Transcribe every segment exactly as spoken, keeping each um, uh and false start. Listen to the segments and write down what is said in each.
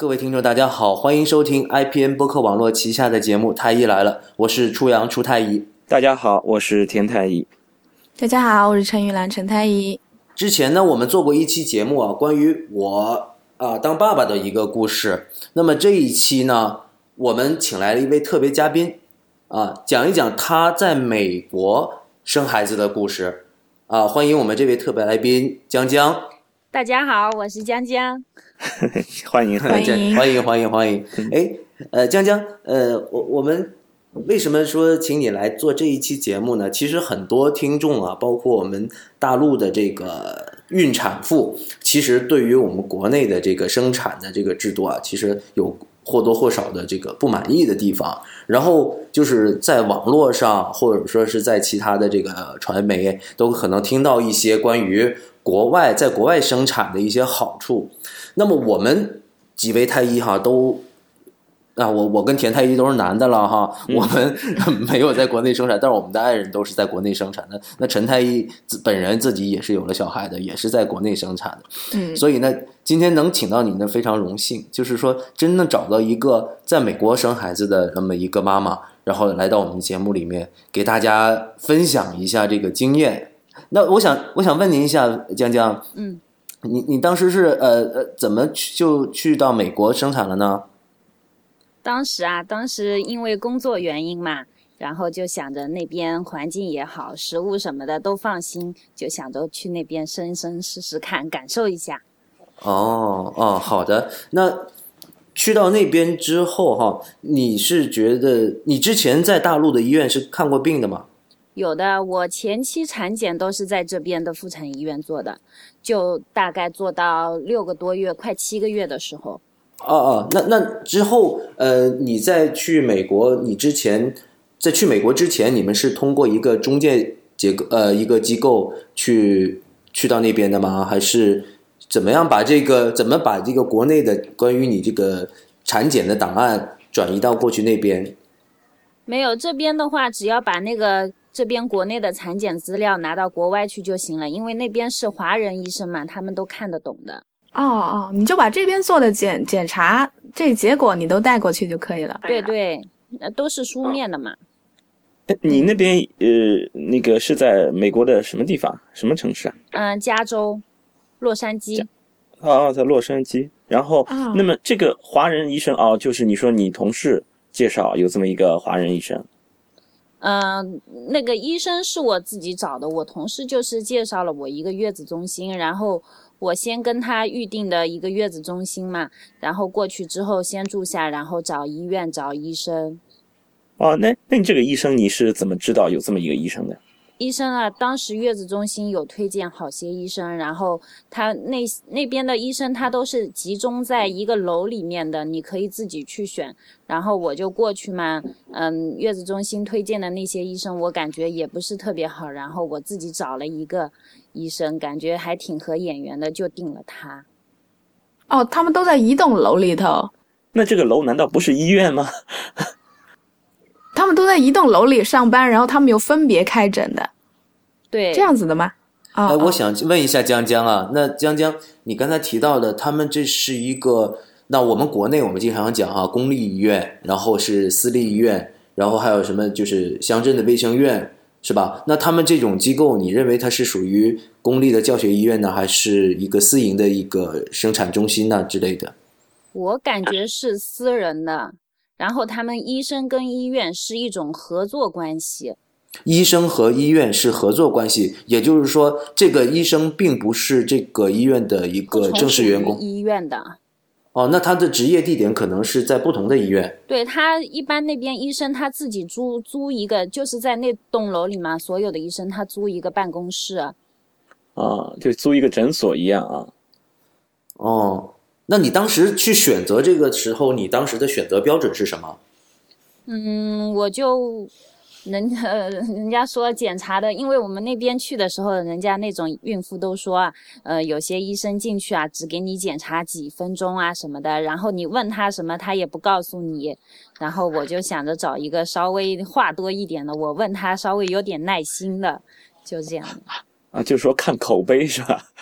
各位听众大家好，欢迎收听 I P N 播客网络旗下的节目太医来了，我是初阳初太医。 大家好，我是田太医。 大家好，我是陈玉兰陈太医。 之前呢我们做过一期节目啊，关于我啊当爸爸的一个故事。那么这一期呢我们请来了一位特别嘉宾啊，讲一讲他在美国生孩子的故事啊，欢迎我们这位特别来宾江江。 大家好，我是江江。 欢迎欢迎欢迎欢迎欢迎。哎，呃，江江，呃，我我们为什么说请你来做这一期节目呢？其实很多听众啊，包括我们大陆的这个孕产妇，其实对于我们国内的这个生产的这个制度啊，其实有或多或少的这个不满意的地方。然后就是在网络上，或者说是在其他的这个传媒，都可能听到一些关于国外在国外生产的一些好处。那么我们几位太医哈都啊，我我跟田太医都是男的了哈，嗯、我们没有在国内生产，但是我们的爱人都是在国内生产的。那陈太医本人自己也是有了小孩的，也是在国内生产的。嗯，所以呢，今天能请到你呢非常荣幸，就是说真的找到一个在美国生孩子的那么一个妈妈，然后来到我们节目里面给大家分享一下这个经验。那我想我想问您一下，江江，嗯。你你当时是呃呃怎么去就去到美国生产了呢？ 当时啊，当时因为工作原因嘛，然后就想着那边环境也好，食物什么的都放心，就想着去那边生生试试看，感受一下。 哦哦，好的。那去到那边之后哈，你是觉得你之前在大陆的医院是看过病的吗？ 有的，我前期产检都是在这边的妇产医院做的，就大概做到六个多月，快七个月的时候。 哦哦，那那之后，呃，你在去美国，你之前在去美国之前，你们是通过一个中介结构，呃，一个机构去去到那边的吗？还是怎么样把这个怎么把这个国内的关于你这个产检的档案转移到过去那边？ 没有，这边的话，只要把那个。这边国内的产检资料拿到国外去就行了，因为那边是华人医生嘛，他们都看得懂的。 哦哦，你就把这边做的检检查，这结果你都带过去就可以了。 对对，都是书面的嘛。 你那边呃，那个是在美国的什么地方？什么城市啊？ 嗯，加州，洛杉矶。 哦，在洛杉矶。然后，哦、那么这个华人医生哦，就是你说你同事介绍有这么一个华人医生。 嗯、呃，那个医生是我自己找的，我同事就是介绍了我一个月子中心，然后我先跟他预定的一个月子中心嘛，然后过去之后先住下，然后找医院找医生。 哦，那那你这个医生你是怎么知道有这么一个医生的？ 医生啊，当时月子中心有推荐好些医生，然后他那那边的医生他都是集中在一个楼里面的，你可以自己去选。然后我就过去嘛，嗯，月子中心推荐的那些医生，我感觉也不是特别好，然后我自己找了一个医生，感觉还挺合眼缘的，就定了他。 哦，他们都在一栋楼里头。 那这个楼难道不是医院吗？ 他们都在一栋楼里上班，然后他们有分别开诊的。 对， 这样子的吗？ 哎、呃，我想问一下江江啊，那江江，你刚才提到的，他们这是一个，那我们国内我们经常讲啊，公立医院，然后是私立医院，然后还有什么就是乡镇的卫生院，是吧？那他们这种机构，你认为它是属于公立的教学医院呢，还是一个私营的一个生产中心呢之类的？ 我感觉是私人的，然后他们医生跟医院是一种合作关系。 医生和医院是合作关系，也就是说这个医生并不是这个医院的一个正式员工。 医院的。 哦，那他的职业地点可能是在不同的医院。 对，他一般那边医生他自己租租一个，就是在那栋楼里嘛，所有的医生他租一个办公室。 啊，就租一个诊所一样啊。 哦，那你当时去选择这个时候，你当时的选择标准是什么？ 嗯，我就人呃人家说检查的，因为我们那边去的时候，人家那种孕妇都说啊，呃有些医生进去啊，只给你检查几分钟啊什么的，然后你问他什么他也不告诉你，然后我就想着找一个稍微话多一点的，我问他稍微有点耐心的，就这样啊，就是说看口碑是吧？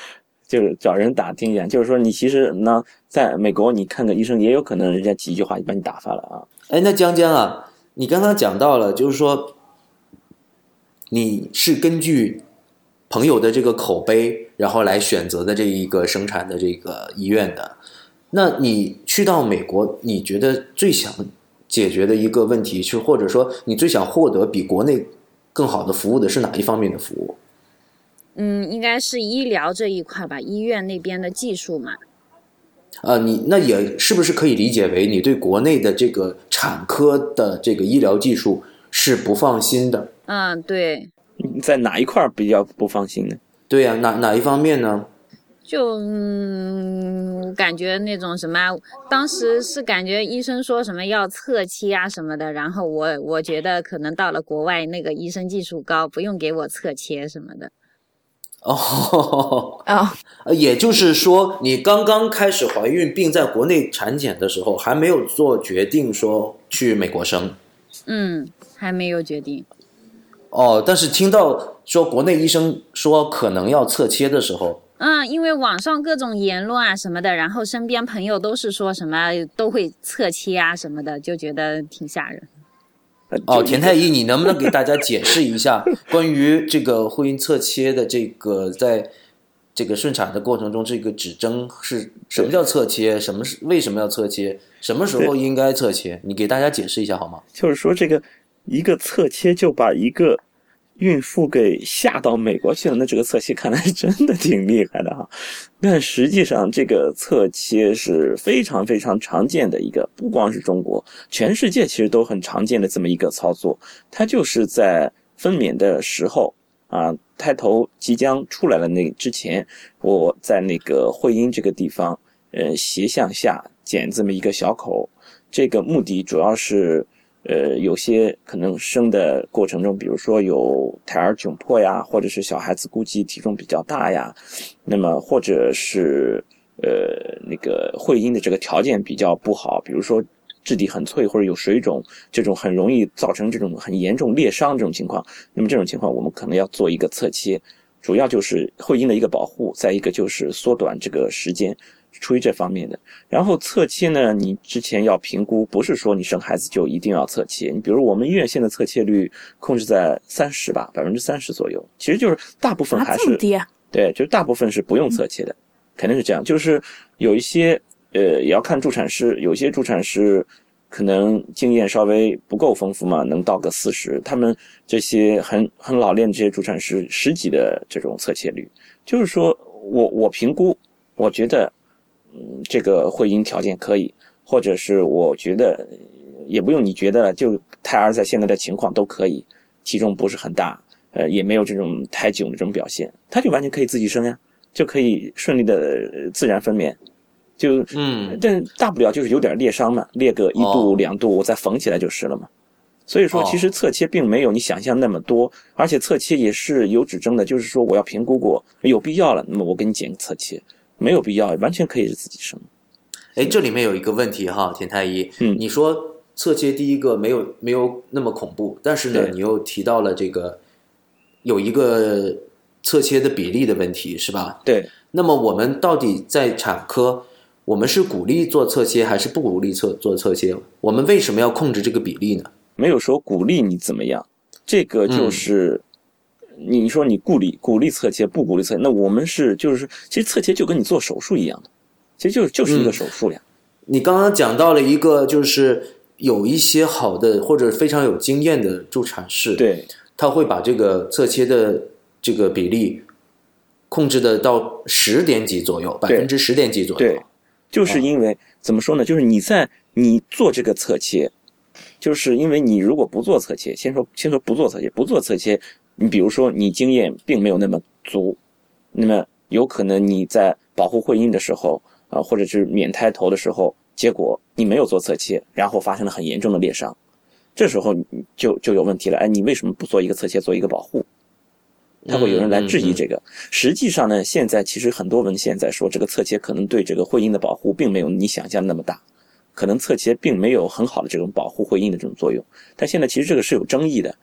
就是找人打听一下，就是说你其实呢，在美国你看个医生，也有可能人家几句话就把你打发了啊。 哎，那江江啊，你刚刚讲到了，就是说你是根据朋友的这个口碑，然后来选择的这一个生产的这个医院的。那你去到美国，你觉得最想解决的一个问题是，或者说你最想获得比国内更好的服务的是哪一方面的服务？ 嗯，应该是医疗这一块吧，医院那边的技术嘛。 呃，你那也是不是可以理解为你对国内的这个产科的这个医疗技术是不放心的？ 嗯，对。 在哪一块比较不放心呢？ 对呀、啊，哪哪一方面呢？ 就嗯，感觉那种什么，当时是感觉医生说什么要侧切啊什么的，然后我我觉得可能到了国外，那个医生技术高，不用给我侧切什么的。 哦哦， 也就是说，你刚刚开始怀孕并在国内产检的时候，还没有做决定说去美国生。 嗯，还没有决定。 哦，但是听到说国内医生说可能要侧切的时候， 嗯，因为网上各种言论啊什么的，然后身边朋友都是说什么都会侧切啊什么的，就觉得挺吓人。 哦，田太医，你能不能给大家解释一下关于这个会阴侧切的这个在这个顺产的过程中，这个指征是什么叫侧切？什么是为什么要侧切？什么时候应该侧切？你给大家解释一下好吗？ 就是说，这个一个侧切就把一个孕妇给吓到美国去了，那这个侧切看来真的挺厉害的哈。但实际上，这个侧切是非常非常常见的一个，不光是中国，全世界其实都很常见的这么一个操作。它就是在分娩的时候啊，胎头即将出来了那之前，我在那个会阴这个地方，呃，斜向下剪这么一个小口，这个目的主要是。呃，有些可能生的过程中，比如说有胎儿窘迫呀，或者是小孩子估计体重比较大呀，那么或者是呃那个会阴的这个条件比较不好，比如说质地很脆或者有水肿，这种很容易造成这种很严重裂伤这种情况，那么这种情况我们可能要做一个侧切，主要就是会阴的一个保护，再一个就是缩短这个时间。出于这方面的，然后侧切呢，你之前要评估，不是说你生孩子就一定要侧切。你比如我们医院现在侧切率控制在三十吧，百分之三十左右，其实就是大部分还是、 啊、这么低啊？ 对，就是大部分是不用侧切的，肯定是这样。就是有一些呃，也要看助产师，有些助产师可能经验稍微不够丰富嘛，能到个四十，他们这些很很老练的这些助产师，十几的这种侧切率，就是说我我评估，我觉得。嗯，这个会阴条件可以，或者是我觉得也不用你觉得了，就胎儿在现在的情况都可以，体重不是很大，呃，也没有这种胎窘的这种表现，他就完全可以自己生呀，就可以顺利的自然分娩，就嗯， 但大不了就是有点裂伤嘛，裂个一度、哦、两度，我再缝起来就是了嘛。所以说，其实侧切并没有你想象那么多，而且侧切也是有指征的，就是说我要评估过有必要了，那么我给你剪个侧切。没有必要，完全可以是自己生。 哎，这里面有一个问题哈，田太医， 嗯， 你说侧切第一个没有没有那么恐怖，但是呢，你又提到了这个有一个侧切的比例的问题，是吧？ 对。 那么我们到底在产科，我们是鼓励做侧切还是不鼓励侧做侧切？我们为什么要控制这个比例呢？ 没有说鼓励你怎么样，这个就是。嗯你说你鼓励鼓励侧切不鼓励侧切，那我们是就是其实侧切就跟你做手术一样的，其实就就是一个手术呀、 嗯。你刚刚讲到了一个就是有一些好的或者非常有经验的助产士， 对， 他会把这个侧切的这个比例控制的到十点几左右，百分之十点几左右。 对，就是因为、哦、怎么说呢？就是你在你做这个侧切，就是因为你如果不做侧切，先说先说不做侧切，不做侧切。你比如说你经验并没有那么足，那么有可能你在保护会阴的时候啊、呃，或者是免胎头的时候，结果你没有做侧切，然后发生了很严重的裂伤，这时候就就有问题了。哎，你为什么不做一个侧切，做一个保护？他会有人来质疑这个。嗯嗯嗯实际上呢，现在其实很多文献在说，这个侧切可能对这个会阴的保护并没有你想象那么大，可能侧切并没有很好的这种保护会阴的这种作用。但现在其实这个是有争议的。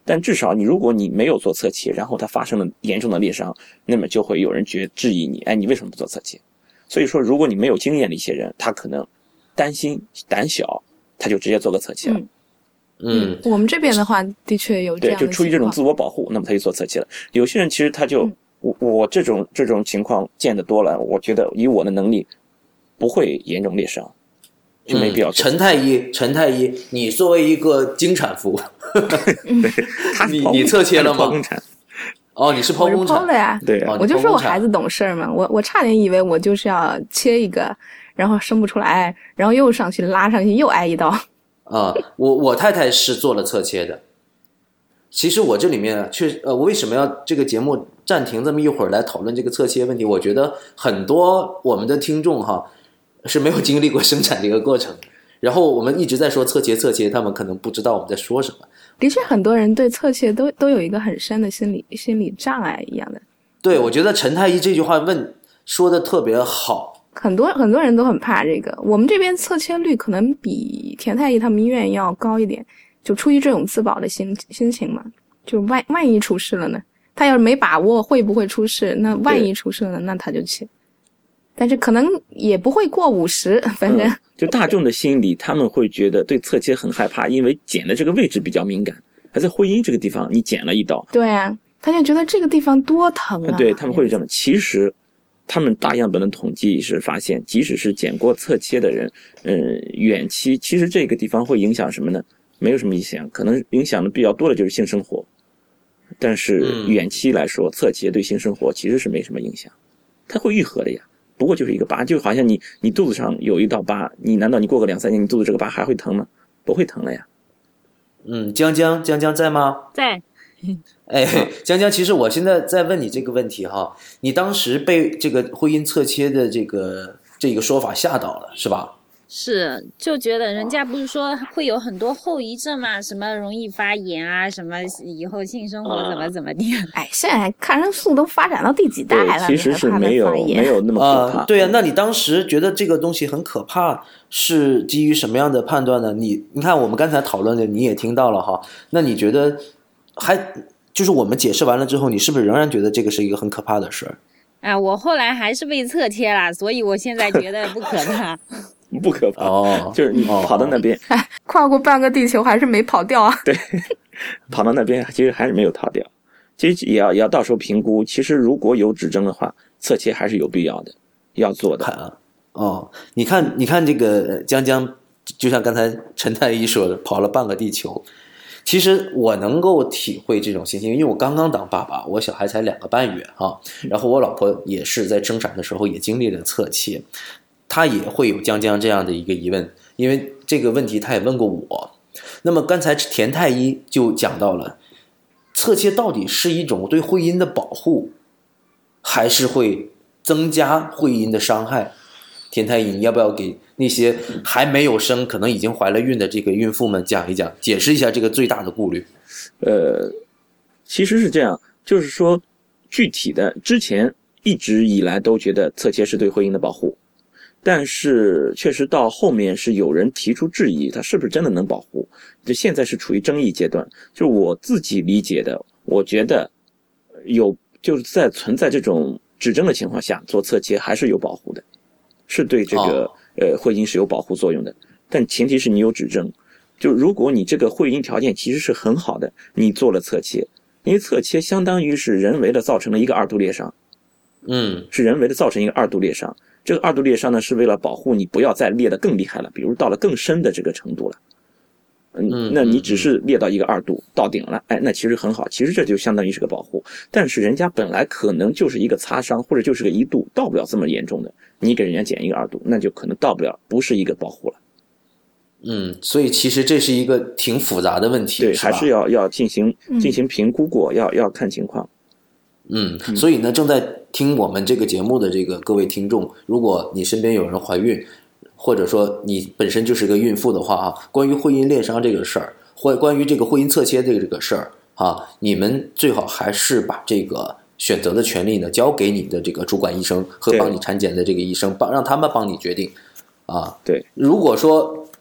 但至少你如果你没有做侧切，然后它发生了严重的裂伤，那么就会有人觉质疑你，哎，你为什么不做侧切？所以说，如果你没有经验的一些人，他可能担心胆小，他就直接做个侧切了。 嗯， 我们这边的话，的确有这对， 样的就出于这种自我保护，那么他就做侧切了。有些人其实他就， 嗯、 我我这种这种情况见得多了，我觉得以我的能力不会严重裂伤。就没必要、 嗯。陈太医，陈太医，你作为一个经产妇，你你侧切了吗？哦，你是剖宫产？ 我是剖了呀。 对、 啊，我就说我孩子懂事嘛，我我差点以为我就是要切一个，然后生不出来，然后又上去拉上去又挨一刀。 啊，我我太太是做了侧切的。其实我这里面确呃，我为什么要这个节目暂停这么一会儿来讨论这个侧切问题？我觉得很多我们的听众哈。是没有经历过生产这个过程，然后我们一直在说侧切侧切，他们可能不知道我们在说什么。 的确，很多人对侧切都都有一个很深的心理心理障碍一样的。 对，我觉得陈太医这句话问说的特别好， 很多很多人都很怕这个。我们这边侧切率可能比田太医他们医院要高一点，就出于这种自保的心心情嘛，就万万一出事了呢？他要是没把握会不会出事，那万一出事了，那他就切。但是可能也不会过五十，反正、 嗯、就大众的心理，他们会觉得对侧切很害怕，因为剪的这个位置比较敏感，还在会阴这个地方，你剪了一刀， 对啊，他就觉得这个地方多疼啊。 对，他们会这样。其实，他们大样本的统计是发现，即使是剪过侧切的人，嗯，远期其实这个地方会影响什么呢？没有什么影响，可能影响的比较多的就是性生活，但是远期来说，侧切对性生活其实是没什么影响，它会愈合的呀。不过就是一个疤，就好像你你肚子上有一道疤，你难道你过个两三年，你肚子这个疤还会疼吗？不会疼了呀。 嗯，江江江江在吗？ 在。 哎，江江，其实我现在在问你这个问题哈，你当时被这个会阴侧切的这个这个说法吓到了，是吧？ 是，就觉得人家不是说会有很多后遗症嘛，什么容易发炎啊，什么以后性生活怎么怎么地。 哎，现在抗生素都发展到第几代了， 其实是没有没有那么可怕。 呃、对呀、啊，那你当时觉得这个东西很可怕，是基于什么样的判断呢？你你看我们刚才讨论的，你也听到了哈，那你觉得还就是我们解释完了之后，你是不是仍然觉得这个是一个很可怕的事儿？ 啊，我后来还是被侧切了，所以我现在觉得不可怕。 不可怕哦， 就是你跑到那边， 哎，跨过半个地球还是没跑掉啊。 对，跑到那边其实还是没有逃掉，其实也要也要到时候评估。其实如果有指征的话，侧切还是有必要的，要做的。 啊，哦，你看，你看这个江江，就像刚才陈太医说的，跑了半个地球。其实我能够体会这种心情，因为我刚刚当爸爸，我小孩才两个半月啊，然后我老婆也是在生产的时候也经历了侧切。他也会有江江这样的一个疑问，因为这个问题他也问过我。那么刚才田太医就讲到了，侧切到底是一种对会阴的保护，还是会增加会阴的伤害？田太医，你要不要给那些还没有生，可能已经怀了孕的这个孕妇们讲一讲，解释一下这个最大的顾虑？ 呃，其实是这样，就是说，具体的之前一直以来都觉得侧切是对会阴的保护。但是确实到后面是有人提出质疑，它是不是真的能保护？就现在是处于争议阶段。就是我自己理解的，我觉得有就是在存在这种指征的情况下做侧切还是有保护的，是对这个、哦、呃会阴是有保护作用的。但前提是你有指征，就如果你这个会阴条件其实是很好的，你做了侧切，因为侧切相当于是人为的造成了一个二度裂伤， 嗯， 是人为的造成一个二度裂伤。这个二度裂伤呢，是为了保护你不要再裂得更厉害了，比如到了更深的这个程度了。嗯，那你只是裂到一个二度到顶了，哎，那其实很好，其实这就相当于是个保护。但是人家本来可能就是一个擦伤，或者就是个一度，到不了这么严重的，你给人家减一个二度，那就可能到不了，不是一个保护了。 嗯，所以其实这是一个挺复杂的问题， 对， 是吧？ 还是要要进行进行评估过，嗯、要要看情况。 嗯，所以呢，正在听我们这个节目的这个各位听众，如果你身边有人怀孕，或者说你本身就是个孕妇的话啊，关于会阴裂伤这个事儿，或关于这个会阴侧切这个事儿啊，你们最好还是把这个选择的权利呢交给你的这个主管医生和帮你产检的这个医生，帮让他们帮你决定啊。 对， 如果说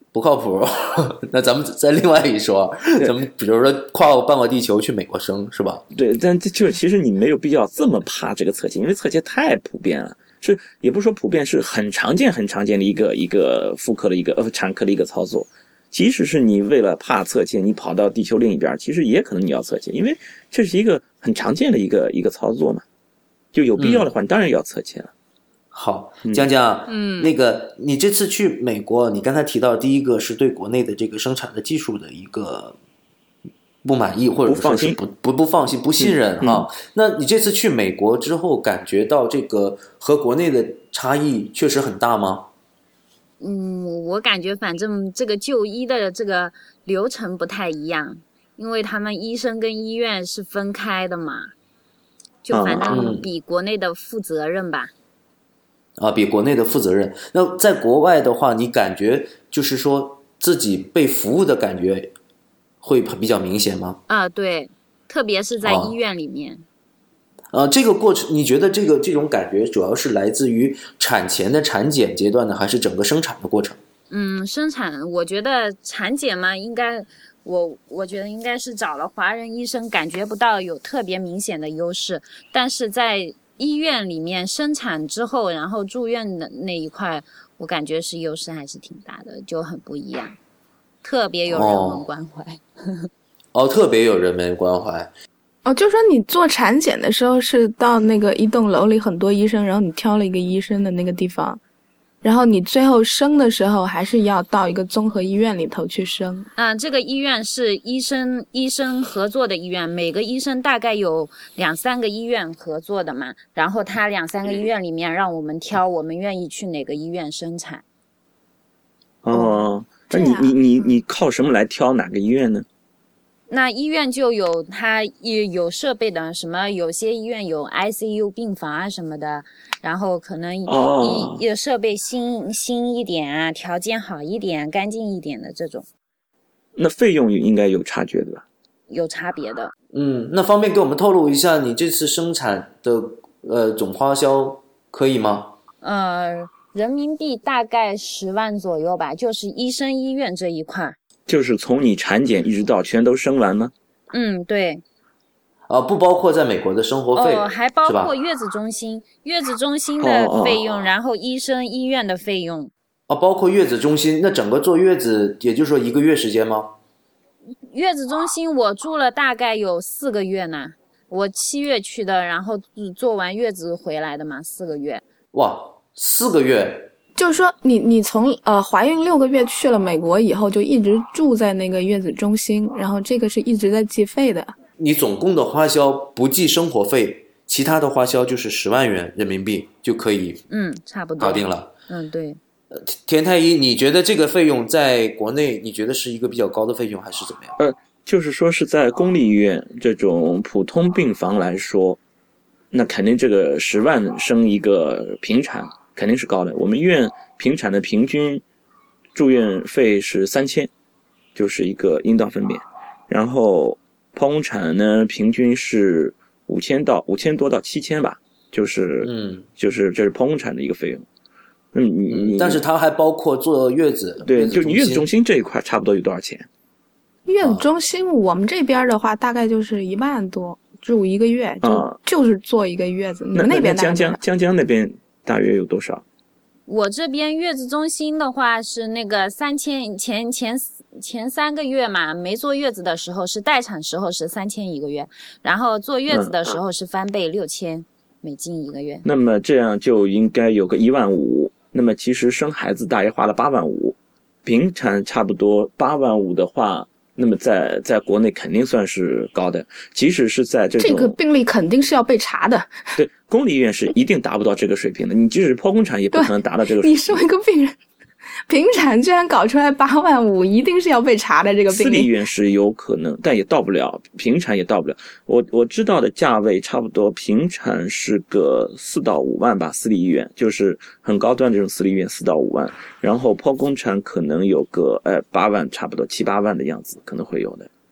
不靠谱。那咱们再另外一说，咱们比如说跨过半个地球去美国生，是吧？ 对，但这就其实你没有必要这么怕这个侧切，因为侧切太普遍了，是也不是说普遍，是很常见很常见的一个一个妇科的一个呃产科的一个操作。即使是你为了怕侧切，你跑到地球另一边，其实也可能你要侧切，因为这是一个很常见的一个一个操作嘛。就有必要的话，你当然要侧切了。 好，江江，嗯，那个你这次去美国，你刚才提到第一个是对国内的这个生产的技术的一个不满意，或者说是不不不放心、不信任啊。那你这次去美国之后，感觉到这个和国内的差异确实很大吗？ 嗯，我感觉反正这个就医的这个流程不太一样，因为他们医生跟医院是分开的嘛，就反正比国内的负责任吧。 啊，比国内的负责任。那在国外的话，你感觉就是说自己被服务的感觉会比较明显吗？ 啊，对，特别是在医院里面。 呃，这个过程，你觉得这个这种感觉主要是来自于产前的产检阶段呢，还是整个生产的过程？ 嗯，生产，我觉得产检嘛，应该我我觉得应该是找了华人医生，感觉不到有特别明显的优势，但是在医院里面生产之后，然后住院的那一块，我感觉是优势还是挺大的，就很不一样，特别有人文关怀。 哦，哦特别有人文关怀。 哦，就说你做产检的时候是到那个一栋楼里很多医生，然后你挑了一个医生的那个地方，然后你最后生的时候还是要到一个综合医院里头去生。 嗯，这个医院是医生医生合作的医院，每个医生大概有两三个医院合作的嘛，然后他两三个医院里面让我们挑我们愿意去哪个医院生产。 哦，那你你你你靠什么来挑哪个医院呢？ 那医院就有它有设备的，什么有些医院有 I C U 病房啊什么的，然后可能哦一设备新新一点啊，条件好一点、干净一点的这种。 那费用应该有差距的吧？ 有差别的。 嗯，那方便给我们透露一下你这次生产的呃总花销可以吗？ 呃，人民币大概十万左右吧，就是医生医院这一块。 就是从你产检一直到全都生完吗？ 嗯，对。 啊，不包括在美国的生活费， 哦，还包括月子中心，月子中心的费用， 哦哦然后医生医院的费用。 啊，包括月子中心，那整个坐月子，也就是说一个月时间吗？ 月子中心我住了大概有四个月呢，我七月去的，然后做完月子回来的嘛，四个月。 哇，四个月。 就是说你你从呃怀孕六个月去了美国以后，就一直住在那个月子中心，然后这个是一直在计费的。 你总共的花销不计生活费，其他的花销就是十万元人民币就可以， 嗯，差不多搞定了。 嗯，对。 呃，田太医，你觉得这个费用在国内，你觉得是一个比较高的费用，还是怎么样？ 呃，就是说是在公立医院这种普通病房来说，那肯定这个十万生一个平产。肯定是高的。我们医院平产的平均住院费是三千，就是一个阴道分娩。然后剖宫产呢，平均是五千到五千多到七千吧，就是嗯，就是这是剖宫产的一个费用。嗯，你、 嗯、但是它还包括坐月子， 对，就你月子中心这一块差不多有多少钱？ 月子中心我们这边的话，大概就是一万多，住一个月，就、 啊、 就是坐一个月子。你们那边江江江江那边大约有多少？ 我这边月子中心的话是那个三千前前前三个月嘛，没坐月子的时候是待产时候是三千一个月，然后坐月子的时候是翻倍六千美金一个月。 那么这样就应该有个一万五。那么其实生孩子大约花了八万五，平产差不多八万五的话。那么在在国内肯定算是高的，即使是在这种这个病例肯定是要被查的。 对，公立医院是一定达不到这个水平的，你即使剖宫产也不可能达到这个水平。 你身为一个病人，平产居然搞出来八万五，一定是要被查的这个病例。 私立医院是有可能，但也到不了，平产也到不了。我我知道的价位差不多，平产是个四到五万吧，私立医院就是很高端这种私立医院四到五万，然后剖宫产可能有个呃八万，差不多七八万的样子，可能会有的。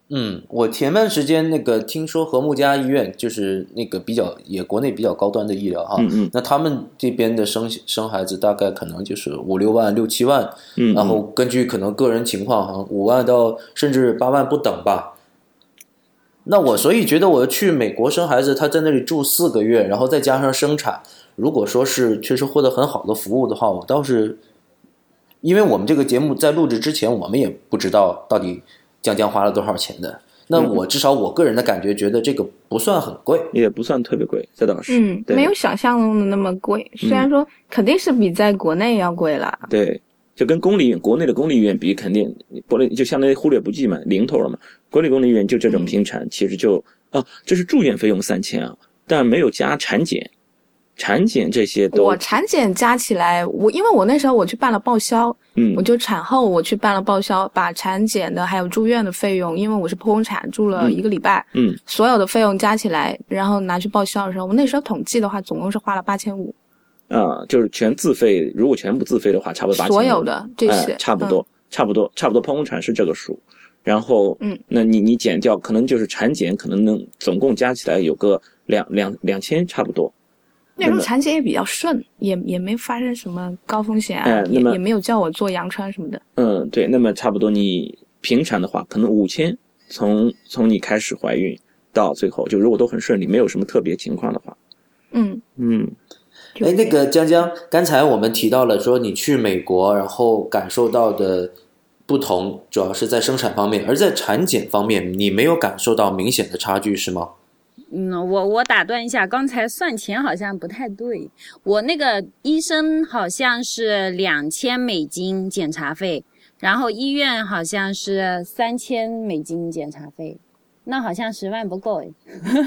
嗯，我前段时间那个听说和睦家医院就是那个比较也国内比较高端的医疗哈， 嗯嗯， 那他们这边的生生孩子大概可能就是五六万六七万， 嗯嗯， 然后根据可能个人情况哈，五万到甚至八万不等吧。那我所以觉得我去美国生孩子，他在那里住四个月，然后再加上生产，如果说是确实获得很好的服务的话，我倒是，因为我们这个节目在录制之前，我们也不知道到底江江花了多少钱的。那我至少我个人的感觉，觉得这个不算很贵， 也不算特别贵，这倒是。 嗯，没有想象中的那么贵，虽然说肯定是比在国内要贵了。 嗯、对。就跟公立医院，国内的公立医院比，肯定国内就相当于忽略不计嘛，零头了嘛。国内公立医院就这种平产，嗯、其实就啊，这是住院费用三千啊，但没有加产检，产检这些都。 我产检加起来，我因为我那时候我去办了报销， 嗯， 我就产后我去办了报销，把产检的还有住院的费用，因为我是剖宫产住了一个礼拜， 嗯，嗯所有的费用加起来，然后拿去报销的时候，我那时候统计的话，总共是花了八千五。 啊，就是全自费，如果全部自费的话，差不多八千。 所有的这些、 哎，差不多，嗯、差不多，差不多，剖宫产是这个数。然后， 嗯， 那你你减掉，可能就是产检，可能能总共加起来有个两两两千，差不多。 那时候产检也比较顺，也也没发生什么高风险啊， 哎、 也也没有叫我做羊穿什么的。 嗯，对，那么差不多你平产的话，可能五千，从从你开始怀孕到最后，就如果都很顺利，没有什么特别情况的话， 嗯嗯。 哎，那个江江，刚才我们提到了说你去美国，然后感受到的不同，主要是在生产方面，而在产检方面，你没有感受到明显的差距，是吗？ 嗯，我我打断一下，刚才算钱好像不太对，我那个医生好像是两千美金检查费，然后医院好像是三千美金检查费，那好像十万不够哎。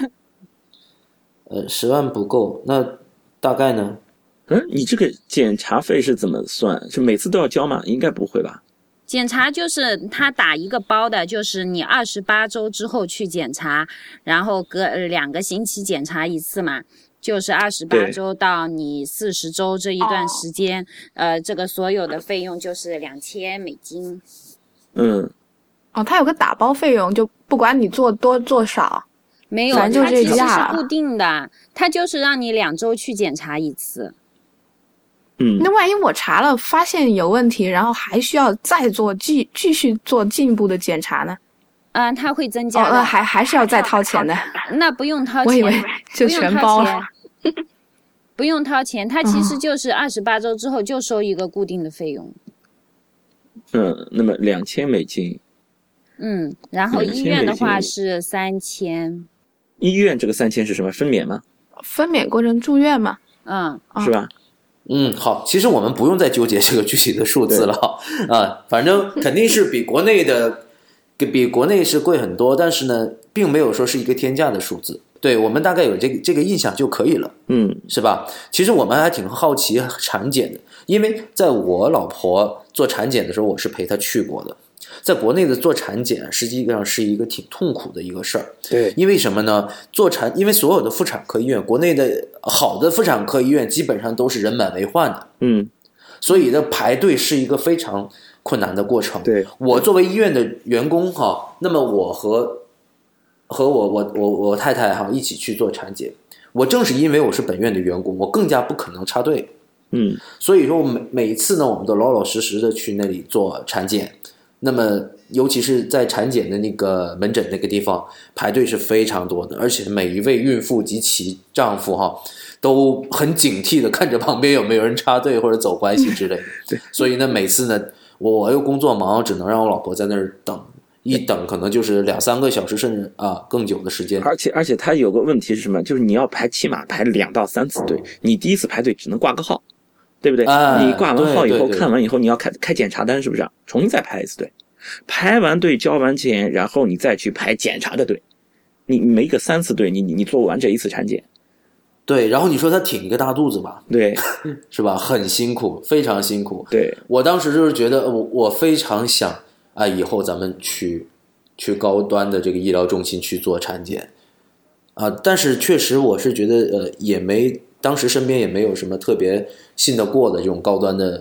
呃，十万不够，那。大概呢？ 嗯，你这个检查费是怎么算？是每次都要交吗？应该不会吧。 检查就是他打一个包的，就是你二十八周之后去检查，然后隔两个星期检查一次嘛，就是二十八周到你四十周这一段时间，呃，这个所有的费用就是两千美金。 嗯， 哦，它有个打包费用，就不管你做多做少。 没有， 它其实是固定的，它就是让你两周去检查一次。 嗯， 那万一我查了发现有问题，然后还需要再做继继续做进一步的检查呢？ 嗯，它会增加的。 哦，呃、还还是要再掏钱的。 那不用掏钱， 我以为就全包了。 不用掏钱，它其实就是二十八周之后就收一个固定的费用。 嗯，那么两千美金。 嗯，然后医院的话是三千。 医院这个三千是什么？分娩吗？ 分娩过程住院嘛， 嗯， 是吧？ 嗯，好，其实我们不用再纠结这个具体的数字了啊，反正肯定是比国内的，比国内是贵很多，但是呢，并没有说是一个天价的数字。对，我们大概有这个这个印象就可以了， 嗯， 是吧？其实我们还挺好奇产检的，因为在我老婆做产检的时候，我是陪她去过的。在国内的做产检实际上是一个挺痛苦的一个事儿， 对， 因为什么呢？做产，因为所有的妇产科医院，国内的好的妇产科医院基本上都是人满为患的， 嗯， 所以的排队是一个非常困难的过程。 对， 我作为医院的员工哈，那么我和和我我我我太太哈一起去做产检，我正是因为我是本院的员工，我更加不可能插队， 嗯， 所以说每每一次呢，我们都老老实实的去那里做产检。那么尤其是在产检的那个门诊那个地方排队是非常多的，而且每一位孕妇及其丈夫哈都很警惕的看着旁边有没有人插队或者走关系之类的。 对， 所以呢每次呢我我又工作忙，只能让我老婆在那儿等，一等可能就是两三个小时甚至啊更久的时间。 而且而且它有个问题是什么？就是你要排起码排两到三次队，你第一次排队只能挂个号。对不对？ 哎、 你挂完号以后， 对对对看完以后，你要开开检查单，是不是？重新再排一次队，排完队交完钱，然后你再去排检查的队。你没个三次队，你你你做完这一次产检。 对，然后你说他挺一个大肚子吧？ 对， 是吧？很辛苦，非常辛苦。 对， 我当时就是觉得我我非常想啊，以后咱们去去高端的这个医疗中心去做产检啊，但是确实我是觉得呃也没。当时身边也没有什么特别信得过的这种高端的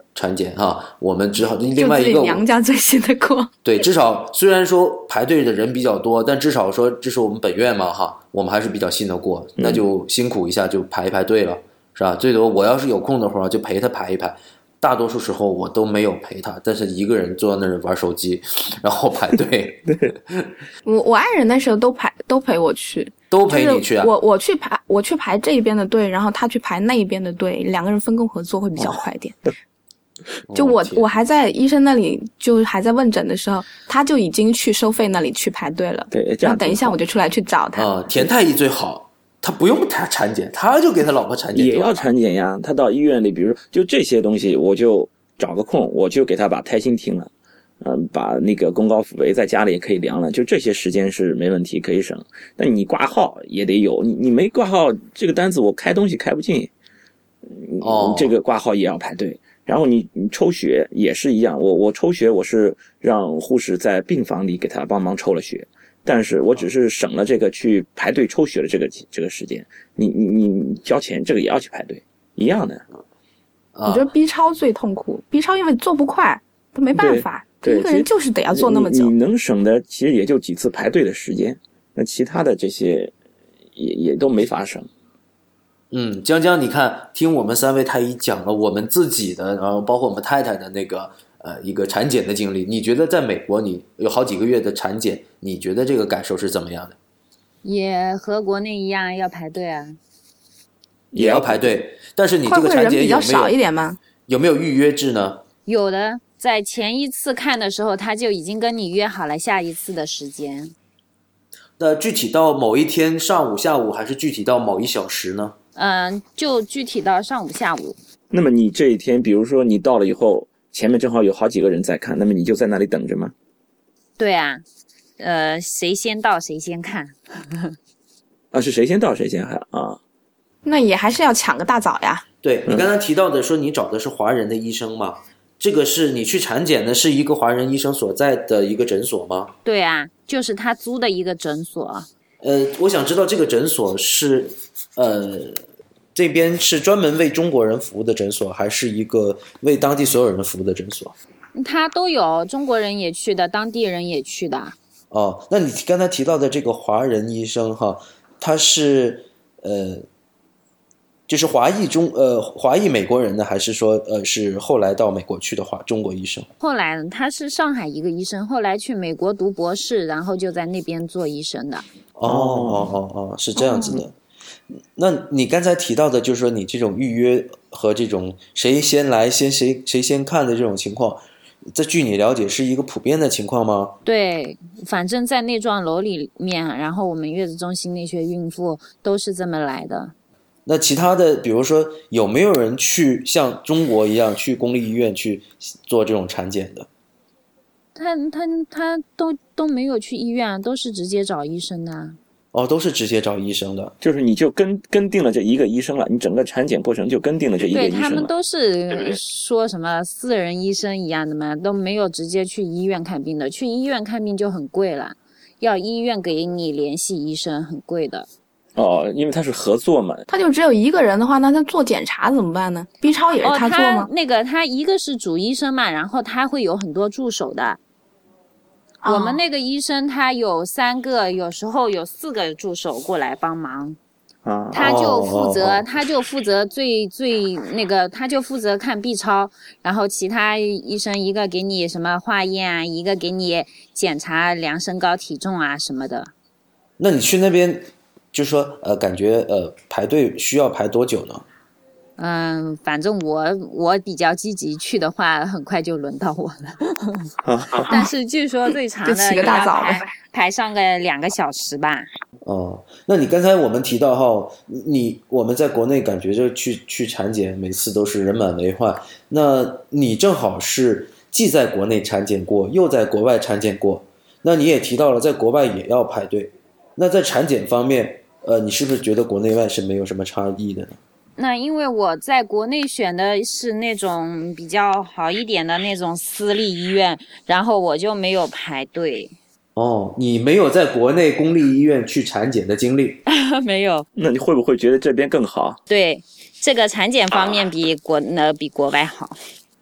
产检哈，我们只好另外一个就自己娘家最信得过。 对，至少虽然说排队的人比较多，但至少说这是我们本院嘛哈，我们还是比较信得过，那就辛苦一下就排一排队了，是吧？最多我要是有空的话就陪他排一排，大多数时候我都没有陪他，但是一个人坐在那儿玩手机，然后排队。 对， 我我爱人那时候都排都陪我去， 都陪你去啊？ 我我去排我去排这一边的队，然后他去排那一边的队，两个人分工合作会比较快一点。哦就我我还在医生那里，就还在问诊的时候，他就已经去收费那里去排队了。 对， 然后等一下我就出来去找他。 啊，田太医最好，他不用他产检，他就给他老婆产检。 也要产检呀，他到医院里，比如就这些东西，我就找个空，我就给他把胎心停了，嗯，把那个宫高腹围在家里也可以量了，就这些时间是没问题，可以省。但你挂号也得有，你你没挂号，这个单子我开东西开不进， 哦， 这个挂号也要排队。然后你你抽血也是一样，我我抽血我是让护士在病房里给他帮忙抽了血，但是我只是省了这个去排队抽血的这个这个时间。你你你交钱，这个也要去排队，一样的。 我觉得 B 超最痛苦 ，B 超因为做不快，他没办法， 对， 一个人就是得要做那么久。 你, 你能省的其实也就几次排队的时间，那其他的这些也也都没法省。 嗯，江江，你看，听我们三位太医讲了我们自己的，然后包括我们太太的那个呃一个产检的经历，你觉得在美国你有好几个月的产检，你觉得这个感受是怎么样的？ 也和国内一样要排队啊， 也要排队，但是你这个产检有没有会会人比较少一点吗？ 有没有预约制呢？ 有的，在前一次看的时候，他就已经跟你约好了下一次的时间。 那具体到某一天上午、下午，还是具体到某一小时呢？ 嗯，就具体到上午、下午。 那么你这一天，比如说你到了以后，前面正好有好几个人在看，那么你就在那里等着吗？ 对啊，呃，谁先到谁先看。 啊，是谁先到谁先看啊？ 那也还是要抢个大早呀。 对，你刚才提到的说你找的是华人的医生嘛？这个是你去产检的是一个华人医生所在的一个诊所吗？ 对啊，就是他租的一个诊所。 呃，我想知道这个诊所是呃这边是专门为中国人服务的诊所，还是一个为当地所有人服务的诊所？ 他都有，中国人也去的，当地人也去的。 哦，那你刚才提到的这个华人医生哈，他是呃就是华裔中呃华裔美国人呢，还是说呃是后来到美国去的华中国医生？ 后来他是上海一个医生，后来去美国读博士，然后就在那边做医生的。 哦哦哦哦，是这样子的。哦，那你刚才提到的就是说你这种预约和这种谁先来先谁谁先看的这种情况，这据你了解是一个普遍的情况吗？ 对，反正在那幢楼里面，然后我们月子中心那些孕妇都是这么来的。 那其他的比如说有没有人去像中国一样去公立医院去做这种产检的？ 他他他都都没有去医院，都是直接找医生的。 哦，都是直接找医生的， 就是你就跟跟定了这一个医生了，你整个产检过程就跟定了这一个医生了。 对，他们都是说什么私人医生一样的嘛，都没有直接去医院看病的。去医院看病就很贵了，要医院给你联系医生，很贵的。 哦，因为他是合作嘛。 他就只有一个人的话，那他做检查怎么办呢 ？B 超也是他做吗？ 哦、他那个他一个是主医生嘛，然后他会有很多助手的。我们那个医生他有三个，有时候有四个助手过来帮忙， 啊， 他就负责， 哦、 他就负责最最那个，他就负责看 B 超，然后其他医生一个给你什么化验啊，一个给你检查量身高体重啊什么的。 那你去那边就说呃，感觉呃排队需要排多久呢？ 嗯，反正我我比较积极，去的话很快就轮到我了。但是据说最长的就起个大早呗， 排上个两个小时吧。 哦，那你刚才我们提到哈，你我们在国内感觉就去去产检，每次都是人满为患。那你正好是既在国内产检过，又在国外产检过。那你也提到了在国外也要排队。那在产检方面，呃，你是不是觉得国内外是没有什么差异的呢？ 那因为我在国内选的是那种比较好一点的那种私立医院，然后我就没有排队。 哦，你没有在国内公立医院去产检的经历？ 没有。 那你会不会觉得这边更好？ 对，这个产检方面比国呃比国外好。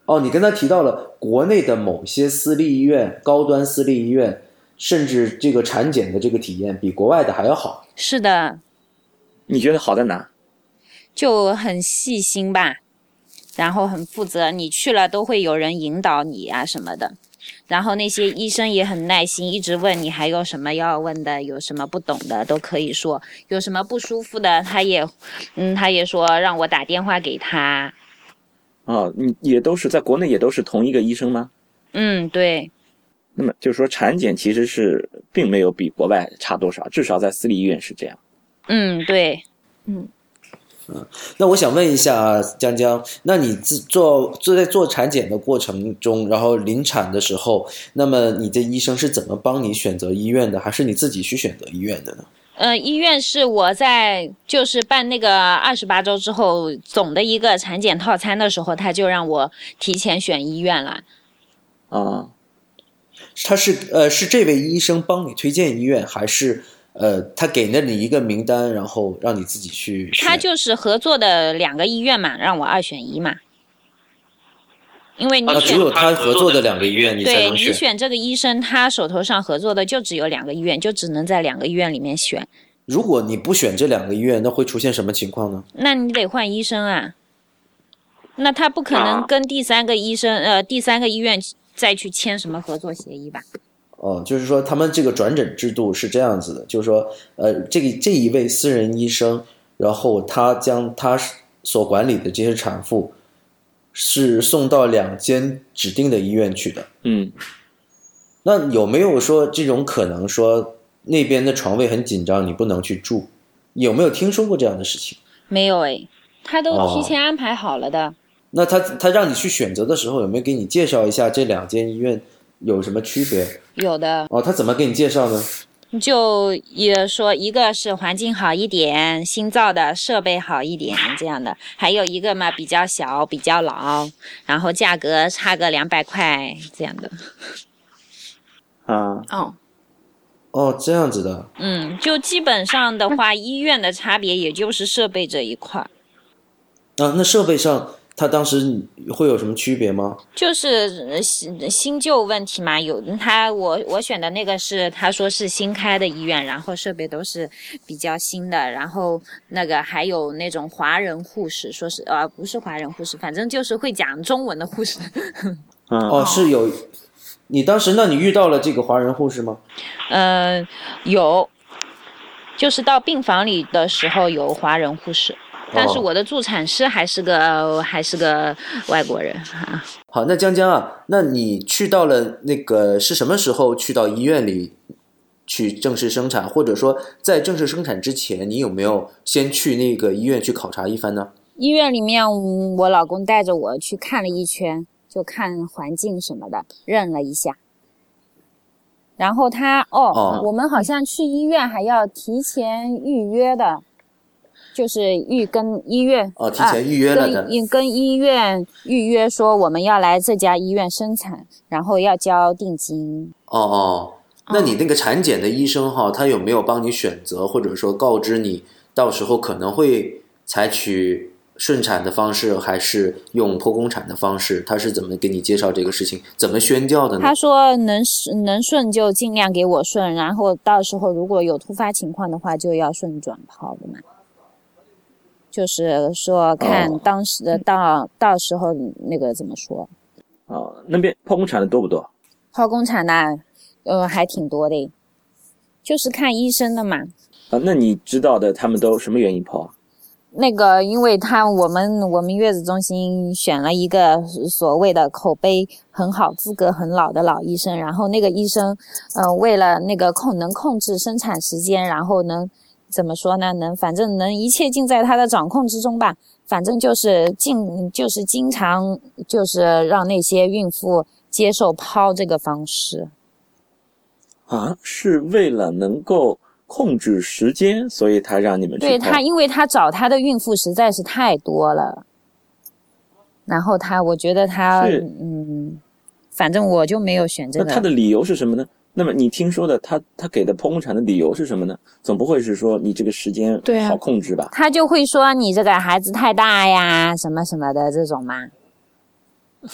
哦，你跟他提到了国内的某些私立医院、高端私立医院，甚至这个产检的这个体验比国外的还要好。 是的， 你觉得好在哪？ 就很细心吧，然后很负责，你去了都会有人引导你啊什么的。然后那些医生也很耐心，一直问你还有什么要问的，有什么不懂的都可以说，有什么不舒服的他也嗯他也说让我打电话给他。 哦，你也都是在国内也都是同一个医生吗？ 嗯，对。 那么就是说产检其实是并没有比国外差多少，至少在私立医院是这样。 嗯，对。 嗯嗯，那我想问一下江江，那你做做在做产检的过程中，然后临产的时候，那么你的医生是怎么帮你选择医院的，还是你自己去选择医院的呢？ 呃，医院是我在就是办那个二十八周之后总的一个产检套餐的时候，他就让我提前选医院了。 啊， 他是呃是这位医生帮你推荐医院，还是呃他给了你一个名单，然后让你自己去选？ 他就是合作的两个医院嘛，让我二选一嘛。因为你啊， 选、 只有他合作的两个医院你才对能选。 你选这个医生，他手头上合作的就只有两个医院，就只能在两个医院里面选。 如果你不选这两个医院，那会出现什么情况呢？ 那你得换医生啊。那他不可能跟第三个医生、呃第三个医院再去签什么合作协议吧？ 哦，就是说他们这个转诊制度是这样子的，就是说，呃，这个这一位私人医生，然后他将他所管理的这些产妇是送到两间指定的医院去的。 嗯， 那有没有说这种可能，说那边的床位很紧张，你不能去住？有没有听说过这样的事情？ 没有诶，他都提前安排好了的。 哦，那他他让你去选择的时候，有没有给你介绍一下这两间医院有什么区别？ 有的。 哦，他怎么给你介绍呢？ 就也说一个是环境好一点，新造的设备好一点这样的，还有一个嘛比较小比较老，然后价格差个两百块这样的。 啊， 哦哦，这样子的。 嗯，就基本上的话，医院的差别也就是设备这一块。 啊，那设备上它当时会有什么区别吗？ 就是新新旧问题嘛，有他我我选的那个是他说是新开的医院，然后设备都是比较新的，然后那个还有那种华人护士，说是呃不是华人护士，反正就是会讲中文的护士。 嗯， 哦，是有。你当时那你遇到了这个华人护士吗？ 嗯、呃，有，就是到病房里的时候有华人护士。但是我的助产师还是个还是个外国人啊。 好，那江江啊，那你去到了那个是什么时候去到医院里去正式生产，或者说在正式生产之前，你有没有先去那个医院去考察一番呢？ 医院里面，我老公带着我去看了一圈，就看环境什么的，认了一下。然后他哦， 哦我们好像去医院还要提前预约的。就是预跟医院哦，提前预约了的， 啊、跟, 跟医院预约说我们要来这家医院生产，然后要交定金。 哦哦，那你那个产检的医生哈，他有没有帮你选择，或者说告知你到时候可能会采取顺产的方式，还是用剖宫产的方式？他是怎么给你介绍这个事情，怎么宣教的呢？ 他说能能顺就尽量给我顺，然后到时候如果有突发情况的话，就要顺转剖的嘛。就是说看当时的、哦、到到时候那个怎么说？ 哦，那边剖宫产的多不多？ 剖宫产的，呃，还挺多的，就是看医生的嘛。 啊，那你知道的他们都什么原因剖啊？ 那个，因为他我们我们月子中心选了一个所谓的口碑很好、资格很老的老医生，然后那个医生，呃，为了那个控能控制生产时间，然后能。怎么说呢？能，反正能一切尽在他的掌控之中吧。反正就是尽，就是经常就是让那些孕妇接受剖这个方式。 啊，是为了能够控制时间，所以他让你们去剖。 对他，因为他找他的孕妇实在是太多了。然后他，我觉得他，嗯，反正我就没有选这个。 那他的理由是什么呢？那么你听说的他他给的剖宫产的理由是什么呢？总不会是说你这个时间好控制吧？ 啊、他就会说你这个孩子太大呀，什么什么的这种嘛。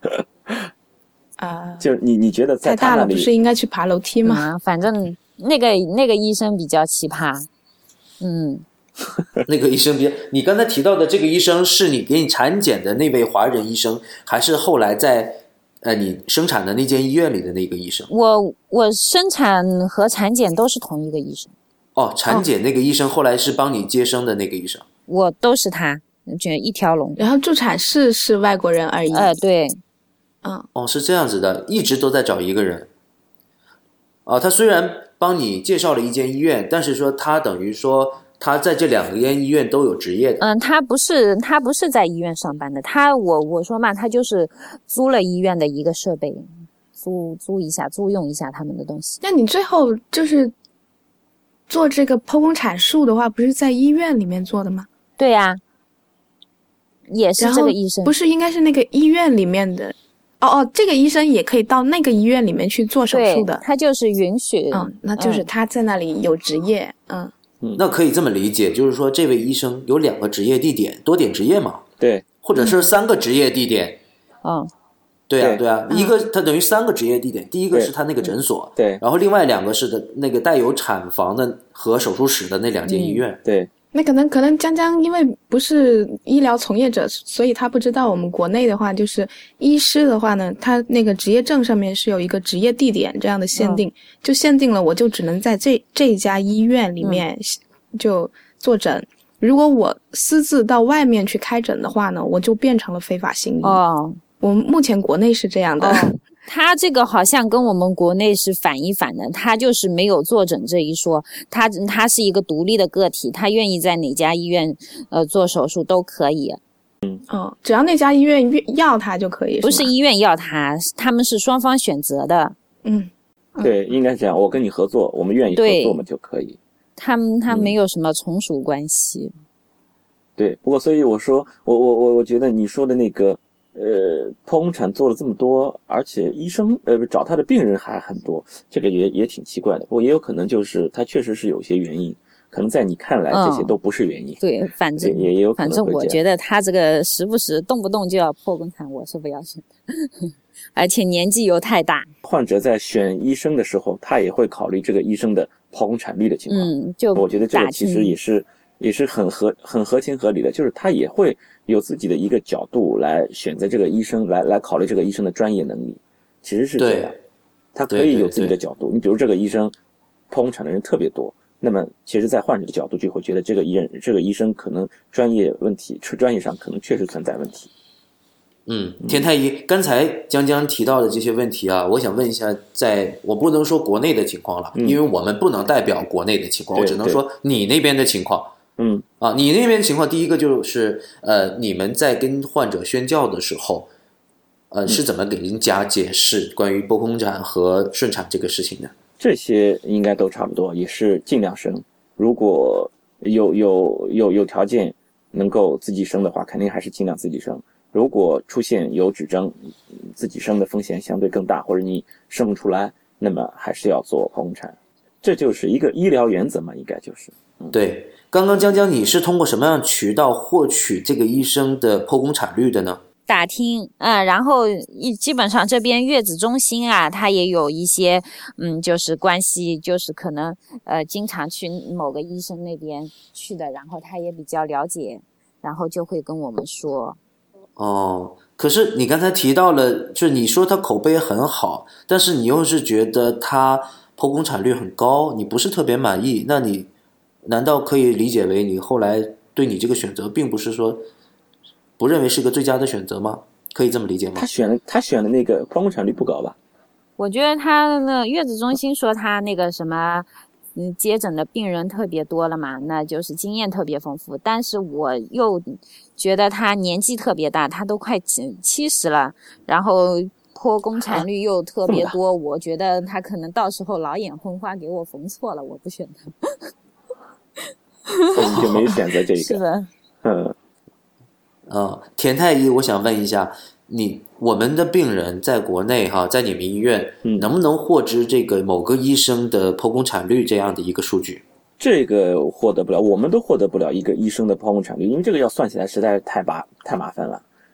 啊， 就是你你觉得在太大了， 他那里不是应该去爬楼梯吗？ 啊，反正那个那个医生比较奇葩，嗯， 那个医生别，你刚才提到的这个医生是你给你产检的那位华人医生，还是后来在呃你生产的那间医院里的那个医生？ 我我生产和产检都是同一个医生， 哦，产检那个医生后来是帮你接生的那个医生。 我都是他，就一条龙。 然后助产士是外国人而已。 呃，对， 嗯， 哦，是这样子的，一直都在找一个人。哦，他虽然帮你介绍了一间医院，但是说他等于说他在这两间医院都有职业的。 嗯，他不是他不是在医院上班的，他我我说嘛，他就是租了医院的一个设备，租租一下，租用一下他们的东西。 那你最后就是做这个剖宫产术的话，不是在医院里面做的吗？ 对呀、啊，也是这个医生， 不是应该是那个医院里面的？哦哦，这个医生也可以到那个医院里面去做手术的。 他就是允许。 嗯，那就是他在那里有职业。嗯。 嗯，那可以这么理解，就是说这位医生有两个职业地点，多点执业嘛？ 对， 或者是三个职业地点。 嗯， 对啊， 对对啊， 嗯、 一个他等于三个职业地点，第一个是他那个诊所， 对， 然后另外两个是的那个带有产房的和手术室的那两间医院。 嗯、对。 那可能可能江江因为不是医疗从业者，所以他不知道我们国内的话，就是医师的话呢，他那个职业证上面是有一个职业地点这样的限定，嗯、就限定了我就只能在这这家医院里面就做诊。嗯、如果我私自到外面去开诊的话呢，我就变成了非法行医。 哦， 我们目前国内是这样的。 哦他这个好像跟我们国内是反一反的，他就是没有坐诊这一说，他他是一个独立的个体，他愿意在哪家医院呃做手术都可以。 嗯，哦，只要那家医院要他就可以。 不是医院要他，他们是双方选择的。 嗯， 嗯对，应该这样。我跟你合作，我们愿意合作嘛就可以。 他们他没有什么从属关系。 嗯、对，不过所以我说，我我我我觉得你说的那个。呃，剖宫产做了这么多，而且医生呃找他的病人还很多，这个也也挺奇怪的。不过也有可能就是他确实是有些原因，可能在你看来这些都不是原因。 嗯、对，反正也也有可能会这样。 反正我觉得他这个时不时动不动就要剖宫产，我是不要选的，而且年纪又太大。 患者在选医生的时候，他也会考虑这个医生的剖宫产率的情况。 嗯，就我觉得这个其实也是也是很合很合情合理的，就是他也会。有自己的一个角度来选择这个医生，来来考虑这个医生的专业能力，其实是这样。他可以有自己的角度。你比如这个医生剖宫产的人特别多，那么其实在患者的角度就会觉得这个医人这个医生可能专业问题，专业上可能确实存在问题。 嗯，田太医，刚才江江提到的这些问题啊，我想问一下，在我不能说国内的情况了， 嗯、 因为我们不能代表国内的情况，我只能说你那边的情况。 嗯啊，你那边情况，第一个就是呃，你们在跟患者宣教的时候，呃，是怎么给人家解释关于剖宫产和顺产这个事情的？ 这些应该都差不多，也是尽量生。如果有有有有条件能够自己生的话，肯定还是尽量自己生。如果出现有指征，自己生的风险相对更大，或者你生不出来，那么还是要做剖宫产。这就是一个医疗原则嘛，应该就是。嗯、 对。刚刚江江，你是通过什么样渠道获取这个医生的剖宫产率的呢？ 打听，嗯，然后基本上这边月子中心啊，它也有一些，嗯，就是关系，就是可能呃经常去某个医生那边去的，然后他也比较了解，然后就会跟我们说。 哦，可是你刚才提到了，就是你说他口碑很好，但是你又是觉得他剖宫产率很高，你不是特别满意，那你难道可以理解为你后来对你这个选择并不是说不认为是个最佳的选择吗？可以这么理解吗？ 他选了他选的那个剖宫产率不高吧？ 我觉得他那月子中心说他那个什么嗯接诊的病人特别多了嘛，那就是经验特别丰富，但是我又觉得他年纪特别大，他都快七十了，然后剖宫产率又特别多、啊、我觉得他可能到时候老眼昏花给我缝错了，我不选他。 所以你就没选择这个。 是的。 嗯。 呃，田太医，我想问一下，你我们的病人在国内哈，在你们医院、嗯、能不能获知这个某个医生的剖宫产率这样的一个数据？ 这个获得不了，我们都获得不了一个医生的剖宫产率，因为这个要算起来实在是太麻太麻烦了。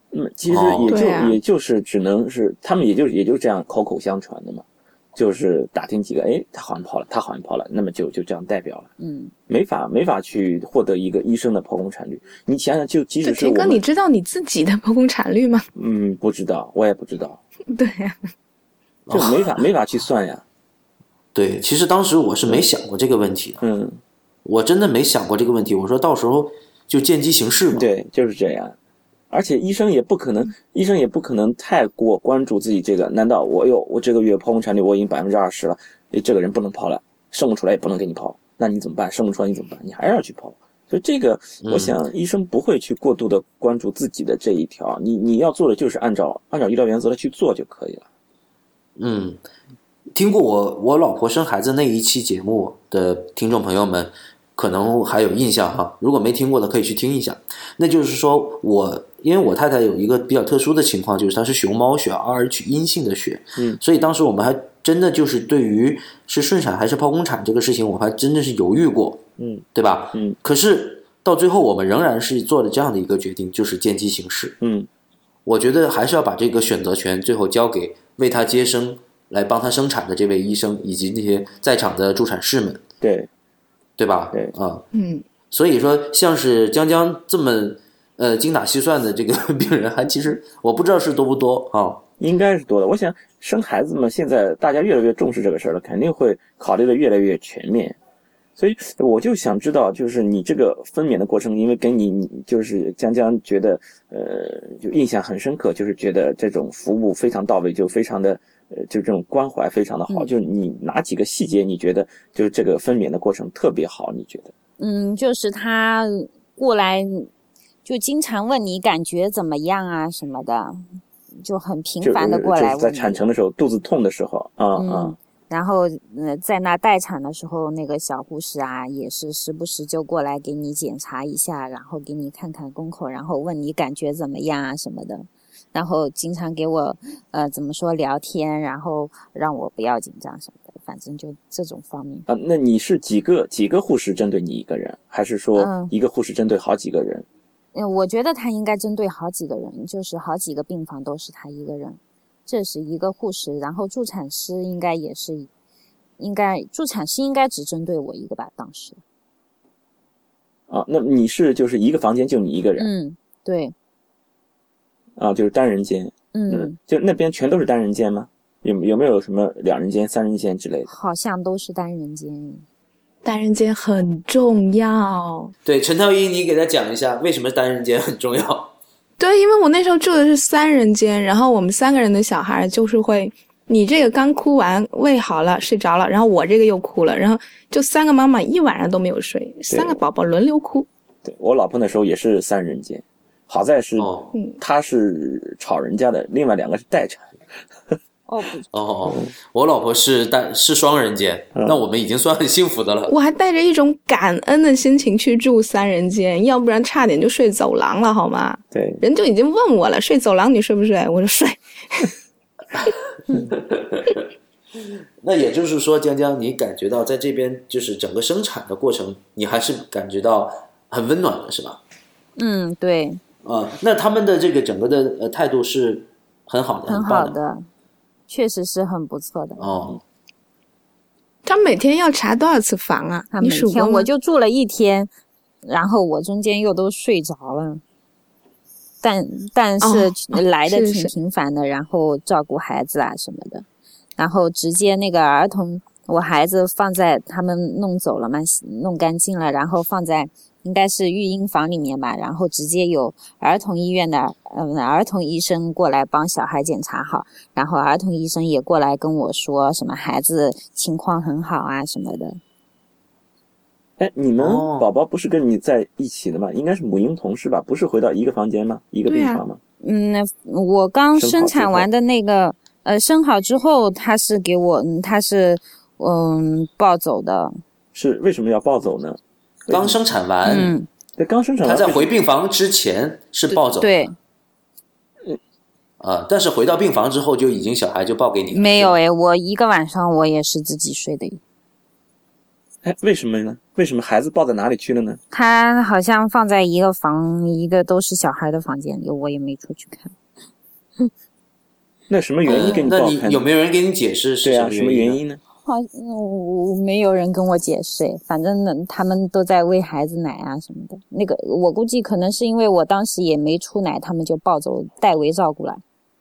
嗯，其实也就、 哦啊、 也就是只能是他们也就也就这样口口相传的嘛，就是打听几个，哎，他好像跑了，他好像跑了，那么就就这样代表了。 嗯， 没法没法去获得一个医生的剖宫产率。你想想，就即使是我们， 田哥，你知道你自己的剖宫产率吗？ 嗯，不知道，我也不知道。 对呀、 啊，就没法、哦、没法去算呀。 对，其实当时我是没想过这个问题的。 嗯， 我真的没想过这个问题。我说到时候就见机行事嘛。 对，就是这样。而且医生也不可能，医生也不可能太过关注自己这个。难道我有我这个月剖宫产率我已经百分之二十了？诶，这个人不能剖了，生不出来也不能给你剖，那你怎么办？生不出来你怎么办？你还是要去剖。所以这个，我想医生不会去过度的关注自己的这一条。嗯、你你要做的就是按照按照医疗原则来去做就可以了。 嗯，听过我我老婆生孩子那一期节目的听众朋友们，可能还有印象哈。如果没听过的，可以去听一下。那就是说我。因为我太太有一个比较特殊的情况，就是她是熊猫血 R H 阴性的血， 嗯， 所以当时我们还真的就是对于是顺产还是剖宫产这个事情，我还真的是犹豫过， 嗯， 对吧？ 嗯， 可是到最后我们仍然是做了这样的一个决定，就是见机行事。 嗯， 我觉得还是要把这个选择权最后交给为她接生来帮她生产的这位医生以及那些在场的助产士们， 对， 对吧？ 对， 啊， 嗯， 所以说像是江江这么。呃，精打细算的这个病人还其实我不知道是多不多啊、哦， 应该是多的。我想生孩子嘛，现在大家越来越重视这个事儿了，肯定会考虑的越来越全面。所以我就想知道，就是你这个分娩的过程，因为跟你就是江江觉得呃就印象很深刻，就是觉得这种服务非常到位，就非常的呃就这种关怀非常的好。嗯、就是你哪几个细节你觉得就是这个分娩的过程特别好？你觉得？ 嗯，就是他过来。就经常问你感觉怎么样啊什么的，就很频繁的过来问你。 就是在产程的时候，肚子痛的时候，啊、嗯、 嗯，然后呃，在那待产的时候，那个小护士啊，也是时不时就过来给你检查一下，然后给你看看宫口，然后问你感觉怎么样啊什么的，然后经常给我呃怎么说聊天，然后让我不要紧张什么的，反正就这种方面。 啊，那你是几个几个护士针对你一个人，还是说一个护士针对好几个人？ 嗯嗯，我觉得他应该针对好几个人，就是好几个病房都是他一个人，这是一个护士，然后助产师应该也是，应该助产师应该只针对我一个吧，当时。 啊，那你是就是一个房间就你一个人？ 嗯，对。 啊，就是单人间。 嗯， 嗯就那边全都是单人间吗？有有没有什么两人间、三人间之类的？ 好像都是单人间。 单人间很重要。 对，陈跳一，你给他讲一下为什么单人间很重要。 对，因为我那时候住的是三人间，然后我们三个人的小孩就是会，你这个刚哭完喂好了睡着了，然后我这个又哭了，然后就三个妈妈一晚上都没有睡，三个宝宝轮流哭。 对，我老婆那时候也是三人间，好在是、哦、她是吵人家的，另外两个是待产。 哦哦哦，我老婆是单是双人间、嗯，那我们已经算很幸福的了。 我还带着一种感恩的心情去住三人间，要不然差点就睡走廊了，好吗？ 对， 人就已经问我了，睡走廊你睡不睡？我说睡。 那也就是说，江江，你感觉到在这边就是整个生产的过程，你还是感觉到很温暖的，是吧？ 嗯，对。 啊、呃，那他们的这个整个的呃态度是很好的， 很好的。确实是很不错的哦。 他每天要查多少次房啊？ 他每天我就住了一天，然后我中间又都睡着了，但但是来的挺频繁的、哦，然后照顾孩子啊什么的，然后直接那个儿童，我孩子放在他们弄走了嘛，弄干净了，然后放在应该是育婴房里面吧，然后直接有儿童医院的嗯儿童医生过来帮小孩检查好，然后儿童医生也过来跟我说什么孩子情况很好啊什么的。 哎，你们宝宝不是跟你在一起的吗？应该是母婴同事吧？不是回到一个房间吗？一个病房吗？ 嗯，我刚生产完的那个呃生好之后，他是给我嗯他是嗯抱走的。 是为什么要抱走呢？ 刚生产完， 嗯， 对，刚生产完， 他在回病房之前是抱走的， 对， 啊，但是回到病房之后就已经小孩就抱给你了。 没有哎，我一个晚上我也是自己睡的。 哎，为什么呢？为什么孩子抱到哪里去了呢？ 他好像放在一个房，一个都是小孩的房间里，我也没出去看。 那什么原因给你那抱开？ 你有没有人给你解释是对啊，什么原因因呢？ 好，我没有人跟我解释，反正呢，他们都在喂孩子奶啊什么的。那个，我估计可能是因为我当时也没出奶，他们就抱走代为照顾了。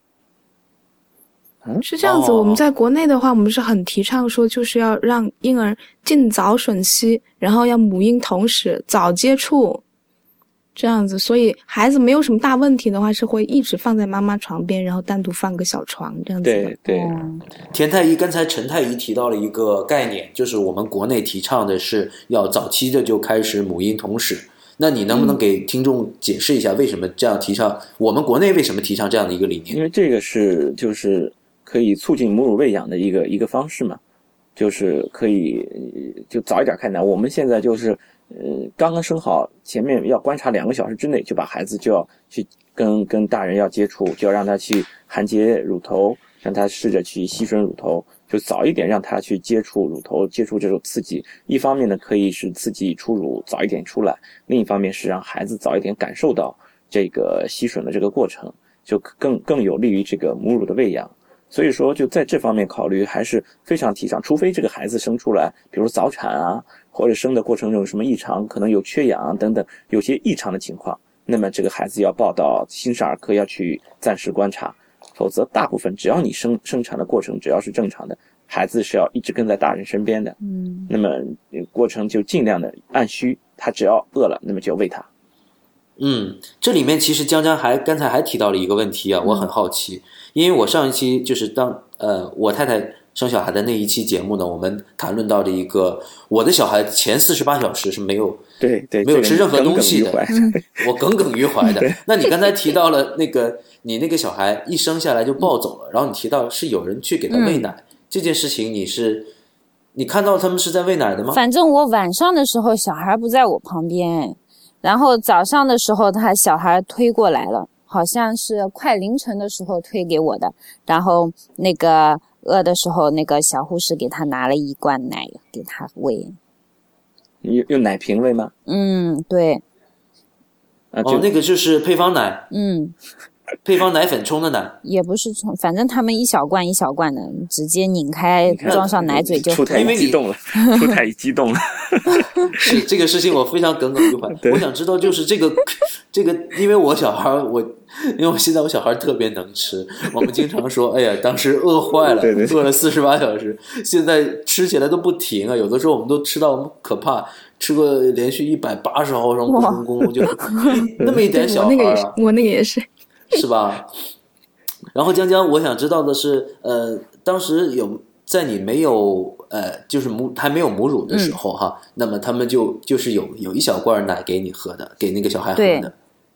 是这样子， 哦我们在国内的话，我们是很提倡说，就是要让婴儿尽早吮吸，然后要母婴同时早接触，这样子，所以孩子没有什么大问题的话，是会一直放在妈妈床边，然后单独放个小床这样子的。 对对， 嗯， 田太医刚才陈太医提到了一个概念，就是我们国内提倡的是要早期的就开始母婴同时。那你能不能给听众解释一下，为什么这样提倡？我们国内为什么提倡这样的一个理念？ 因为这个是就是可以促进母乳喂养的一个一个方式嘛，就是可以就早一点开奶。我们现在就是呃刚刚生好，前面要观察两个小时之内就把孩子就要去跟跟大人要接触，就要让他去含接乳头，让他试着去吸吮乳头，就早一点让他去接触乳头，接触这种刺激。一方面呢，可以是刺激出乳早一点出来，另一方面是让孩子早一点感受到这个吸吮的这个过程，就更更有利于这个母乳的喂养。所以说就在这方面考虑还是非常提倡，除非这个孩子生出来比如早产啊，或者生的过程中有什么异常，可能有缺氧啊等等有些异常的情况，那么这个孩子要抱到新生儿科要去暂时观察。否则大部分只要你生生产的过程只要是正常的，孩子是要一直跟在大人身边的。 嗯， 那么过程就尽量的按需，他只要饿了那么就喂他。 嗯，这里面其实江江还刚才还提到了一个问题啊，我很好奇，因为我上一期就是当呃我太太生小孩的那一期节目呢，我们谈论到的一个我的小孩前四十八小时是没有对对， 没有吃任何东西的， 耿耿于怀我耿耿于怀的。那你刚才提到了那个你那个小孩一生下来就抱走了，然后你提到是有人去给他喂奶、嗯、这件事情，你是你看到他们是在喂奶的吗？ 反正我晚上的时候小孩不在我旁边，然后早上的时候他小孩推过来了，好像是快凌晨的时候推给我的，然后那个饿的时候那个小护士给他拿了一罐奶给他喂。 用用奶瓶喂吗？ 嗯，对。 啊、 哦，那个就是配方奶。 嗯， 配方奶粉冲的奶也不是冲，反正他们一小罐一小罐的，直接拧开装上奶嘴就出太激动了，出太激动了。 是这个事情我非常耿耿于怀。我想知道就是这个这个，因为我小孩我因为我现在我小孩特别能吃，我们经常说哎呀当时饿坏了， 对对对饿了四十八小时，现在吃起来都不停啊，有的时候我们都吃到可怕，吃过连续一百八十毫升咕咕咕，就那么一点小孩啊， 我那个也是是吧？然后江江，我想知道的是，呃，当时有在你没有呃，就是母还没有母乳的时候哈，嗯、那么他们就就是有有一小罐奶给你喝的，给那个小孩喝的。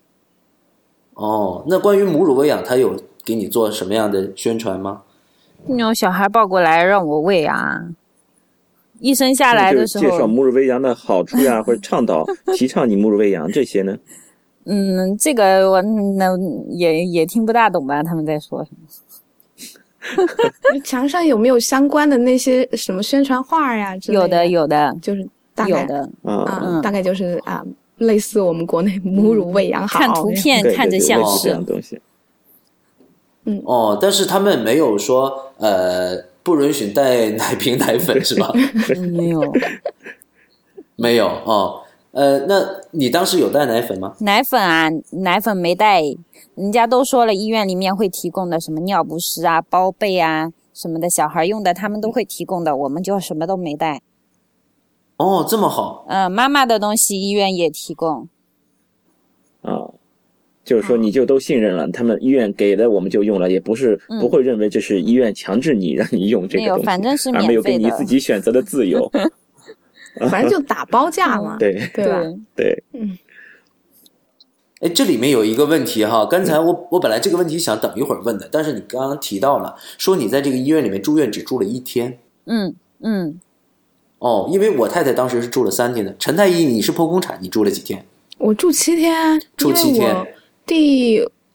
哦，那关于母乳喂养，他有给你做什么样的宣传吗？ 那种小孩抱过来让我喂啊，一生下来的时候介绍母乳喂养的好处呀，或者倡导提倡你母乳喂养这些呢？ 嗯，这个我那也也听不大懂吧？他们在说什么？ 墙上有没有相关的那些什么宣传画呀之类的？ 有的，有的， 就是大概有的啊、 嗯， 大概就是啊，类似我们国内母乳喂养好， 看图片看着像是这样东西。 嗯， 哦，但是他们没有说呃不允许带奶瓶奶粉是吧？ 没有， 没有哦。呃，那你当时有带奶粉吗？ 奶粉啊，奶粉没带，人家都说了，医院里面会提供的，什么尿不湿啊、包被啊什么的，小孩用的他们都会提供的，我们就什么都没带。 哦，这么好。 嗯、呃，妈妈的东西医院也提供。 啊，就是说你就都信任了，他们医院给的我们就用了，也不是不会认为这是医院强制你让你用这个东西， 没有，反正是免费的， 而没有给你自己选择的自由。 反正就打包价嘛， 对对吧？ 对， 嗯。 哎，这里面有一个问题哈，刚才我我本来这个问题想等一会儿问的，但是你刚刚提到了，说你在这个医院里面住院只住了一天。 嗯嗯。 哦，因为我太太当时是住了三天的。陈太医，你是剖宫产，你住了几天？ 我住七天。 住七天。 第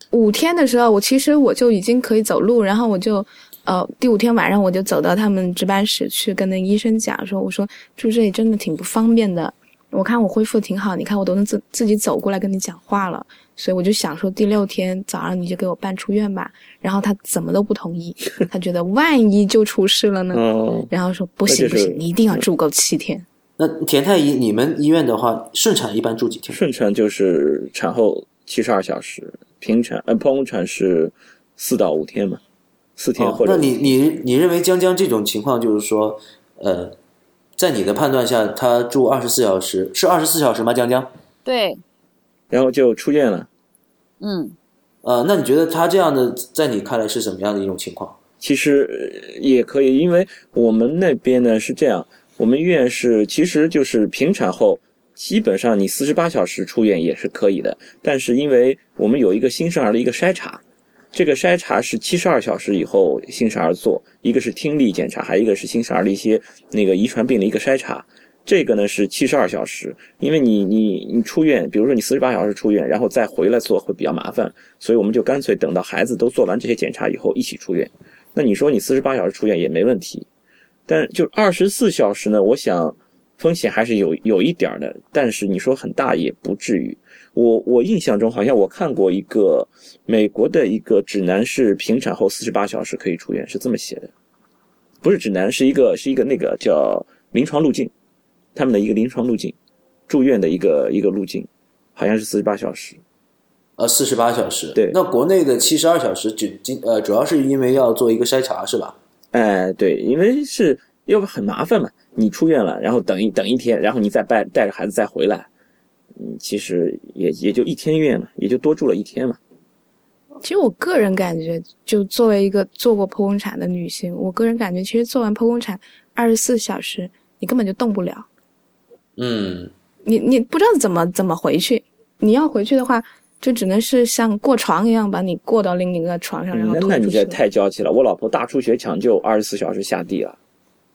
五天的时候，我其实我就已经可以走路，然后我就呃第五天晚上我就走到他们值班室去跟那个医生讲说，我说住这里真的挺不方便的，我看我恢复挺好，你看我都能自自己走过来跟你讲话了，所以我就想说第六天早上你就给我办出院吧。然后他怎么都不同意，他觉得万一就出事了呢， 哦、 然后说不行不行，你一定要住够七天。 那田太医，你们医院的话，顺产一般住几天？ 顺产就是产后七十二小时，平产呃剖宫产是四到五天嘛，四天或者、 哦。那你你你认为江江这种情况，就是说，呃，在你的判断下，他住二十四小时是二十四小时吗？江江？ 对。 然后就出院了。 嗯。 呃，那你觉得他这样的，在你看来是什么样的一种情况？ 其实也可以，因为我们那边呢是这样，我们医院是其实就是平产后，基本上你四十八小时出院也是可以的，但是因为我们有一个新生儿的一个筛查，这个筛查是七十二小时以后新生儿做，一个是听力检查，还有一个是新生儿的一些那个遗传病的一个筛查。这个呢是七十二小时，因为你你你出院，比如说你四十八小时出院，然后再回来做会比较麻烦，所以我们就干脆等到孩子都做完这些检查以后一起出院。那你说你四十八小时出院也没问题，但就二十四小时呢，我想风险还是有有一点的，但是你说很大也不至于。我我印象中好像我看过一个美国的一个指南，是平产后四十八小时可以出院，是这么写的，不是指南，是一个是一个那个叫临床路径。他们的一个临床路径，住院的一个一个路径，好像是四十八小时。 呃，四十八小时。 对。 那国内的七十二小时只呃主要是因为要做一个筛查是吧？ 哎，对，因为是要不很麻烦嘛，你出院了，然后等一等一天，然后你再带带着孩子再回来，嗯，其实也也就一天院嘛，也就多住了一天嘛。 其实我个人感觉，就作为一个做过剖宫产的女性，我个人感觉，其实做完剖宫产二十四小时，你根本就动不了。 嗯， 你你不知道怎么怎么回去，你要回去的话，就只能是像过床一样把你过到另一个床上，然后嗯、那你这太娇气了。我老婆大出血抢救二十四小时下地了。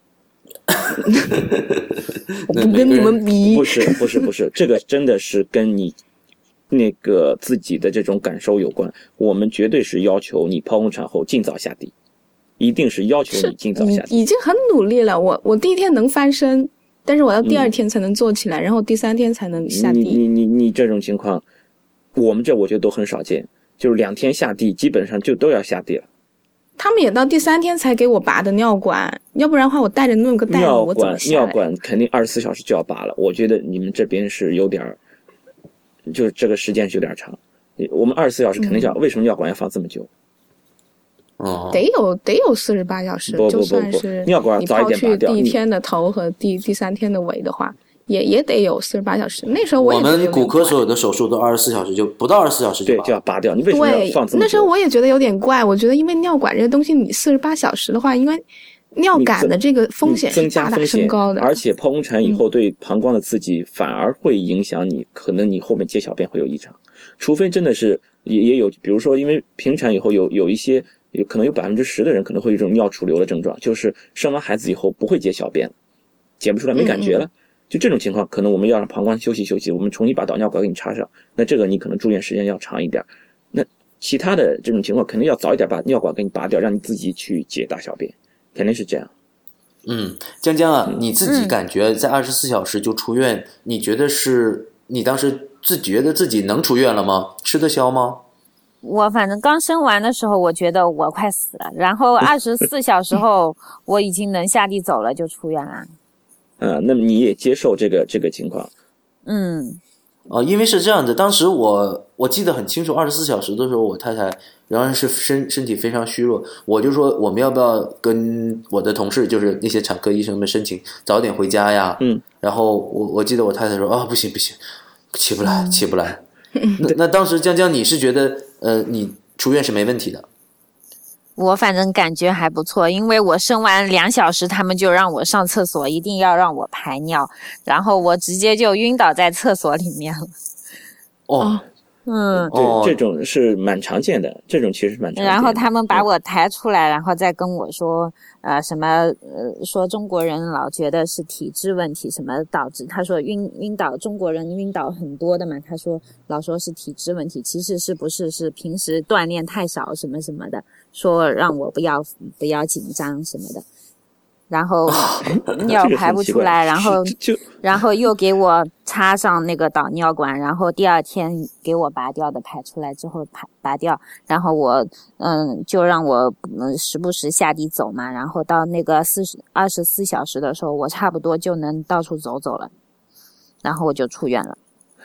我不跟你们比。 不是不是不是，这个真的是跟你那个自己的这种感受有关。我们绝对是要求你剖宫产后尽早下地，一定是要求你尽早下地。 已经很努力了，我我第一天能翻身。但是我要第二天才能坐起来、嗯、然后第三天才能下地。 你你你你这种情况，我们这我觉得都很少见，就是两天下地基本上就都要下地了。 他们也到第三天才给我拔的尿管，要不然的话我带着那么个袋子我怎么下来？ 尿管肯定二十四小时就要拔了。我觉得你们这边是有点，就是这个时间是有点长。我们二十四小时肯定要、嗯，为什么尿管要放这么久？ 哦， 得有得有四十八小时， 不不不不就算是尿管早一点拔掉。 你抛去第一天的头和第第三天的尾的话，也也得有四十八小时。那时候我也我们骨科所有的手术都二十四小时就不到二十四小时就对就要拔掉。你为什么要放这么久？ 那时候我也觉得有点怪，我觉得因为尿管这个东西，你四十八小时的话，因为尿感的这个风险是大大升高的， 而且剖宫产以后对膀胱的刺激反而会影响你，可能你后面接小便会有异常，除非真的是也也有，比如说因为平产以后有有一些。有可能有百分之十的人可能会有这种尿储留的症状，就是生完孩子以后不会解小便，解不出来没感觉了。嗯嗯就这种情况，可能我们要让膀胱休息休息，我们重新把导尿管给你插上。那这个你可能住院时间要长一点。那其他的这种情况，肯定要早一点把尿管给你拔掉，让你自己去解大小便，肯定是这样。 嗯，江江啊，你自己感觉在二十四小时就出院、嗯，你觉得是你当时自觉得自己能出院了吗？吃得消吗？ 我反正刚生完的时候，我觉得我快死了，然后二十四小时后，我已经能下地走了，就出院了。 嗯，那么你也接受这个这个情况？ 嗯， 哦，因为是这样的，当时我我记得很清楚，二十四小时的时候，我太太仍然是身身体非常虚弱，我就说我们要不要跟我的同事，就是那些产科医生们申请早点回家呀？ 嗯， 然后我我记得我太太说啊、哦，不行不行，起不来起不来。那那当时江江你是觉得呃你出院是没问题的？ 我反正感觉还不错，因为我生完两小时他们就让我上厕所，一定要让我排尿，然后我直接就晕倒在厕所里面了。 哦， 嗯， 对， 哦这种是蛮常见的，这种其实是蛮常见的。 然后他们把我抬出来，然后再跟我说，呃，什么，呃，说中国人老觉得是体质问题，什么导致，他说晕晕倒，中国人晕倒很多的嘛，他说老说是体质问题，其实是不是是平时锻炼太少什么什么的，说让我不要不要紧张什么的。然后尿排不出来，然后然后又给我插上那个导尿管，然后第二天给我拔掉的，排出来之后排拔掉，然后我嗯就让我嗯时不时下地走嘛，然后到那个四十二十四小时的时候，我差不多就能到处走走了，然后我就出院了。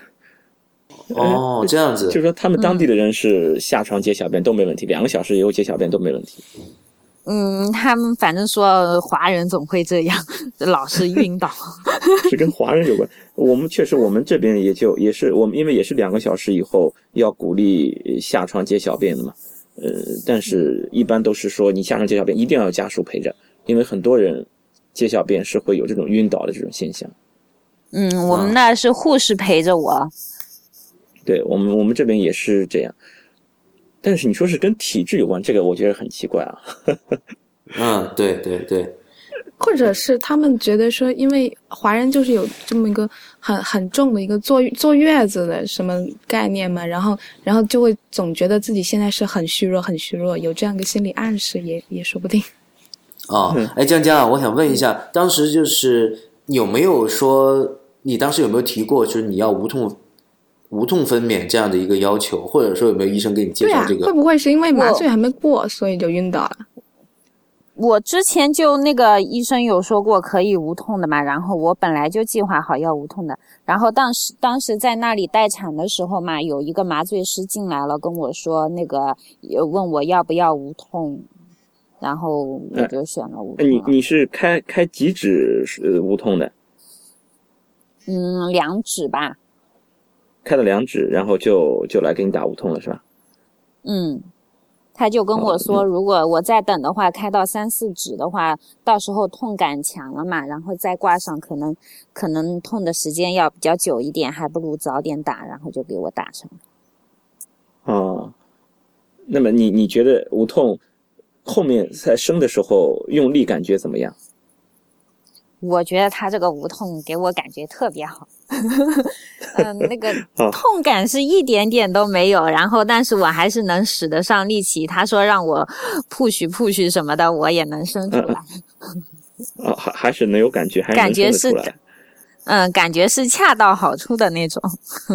哦，这样子， 就是说他们当地的人是下床解小便都没问题，两、嗯、个小时以后解小便都没问题。 嗯，他们反正说华人总会这样，老是晕倒， 是跟华人有关。我们确实，我们这边也就也是我们，因为也是两个小时以后要鼓励下床解小便的嘛。呃，但是一般都是说你下床解小便一定要有家属陪着，因为很多人解小便是会有这种晕倒的这种现象。 嗯，我们那是护士陪着我。啊、 对我们我们这边也是这样。但是你说是跟体质有关，这个我觉得很奇怪啊。 嗯，对对对， 或者是他们觉得说，因为华人就是有这么一个很很重的一个坐坐月子的什么概念嘛，然后然后就会总觉得自己现在是很虚弱很虚弱，有这样一个心理暗示也也说不定。 哦，哎，江江啊，我想问一下，当时就是有没有说，你当时有没有提过，就是你要无痛？无痛分娩这样的一个要求，或者说有没有医生给你介绍这个？ 对啊，会不会是因为麻醉还没过，所以就晕倒了？ 我之前就那个医生有说过可以无痛的嘛，然后我本来就计划好要无痛的，然后当时当时在那里待产的时候嘛，有一个麻醉师进来了跟我说，那个问我要不要无痛，然后我就选了无痛。 你你是开开几指是无痛的？ 嗯，两指吧。 开了两指，然后就就来给你打无痛了，是吧？ 嗯，他就跟我说，如果我再等的话，开到三四指的话，到时候痛感强了嘛，然后再挂上，可能可能痛的时间要比较久一点，还不如早点打，然后就给我打上。 哦，那么你你觉得无痛后面在生的时候用力感觉怎么样？ 我觉得他这个无痛给我感觉特别好，嗯，那个痛感是一点点都没有，然后但是我还是能使得上力气。他说让我 push push 什么的，我也能生出来。 哦，还还是能有感觉，还是能生得出来。 感觉是，嗯，感觉是恰到好处的那种。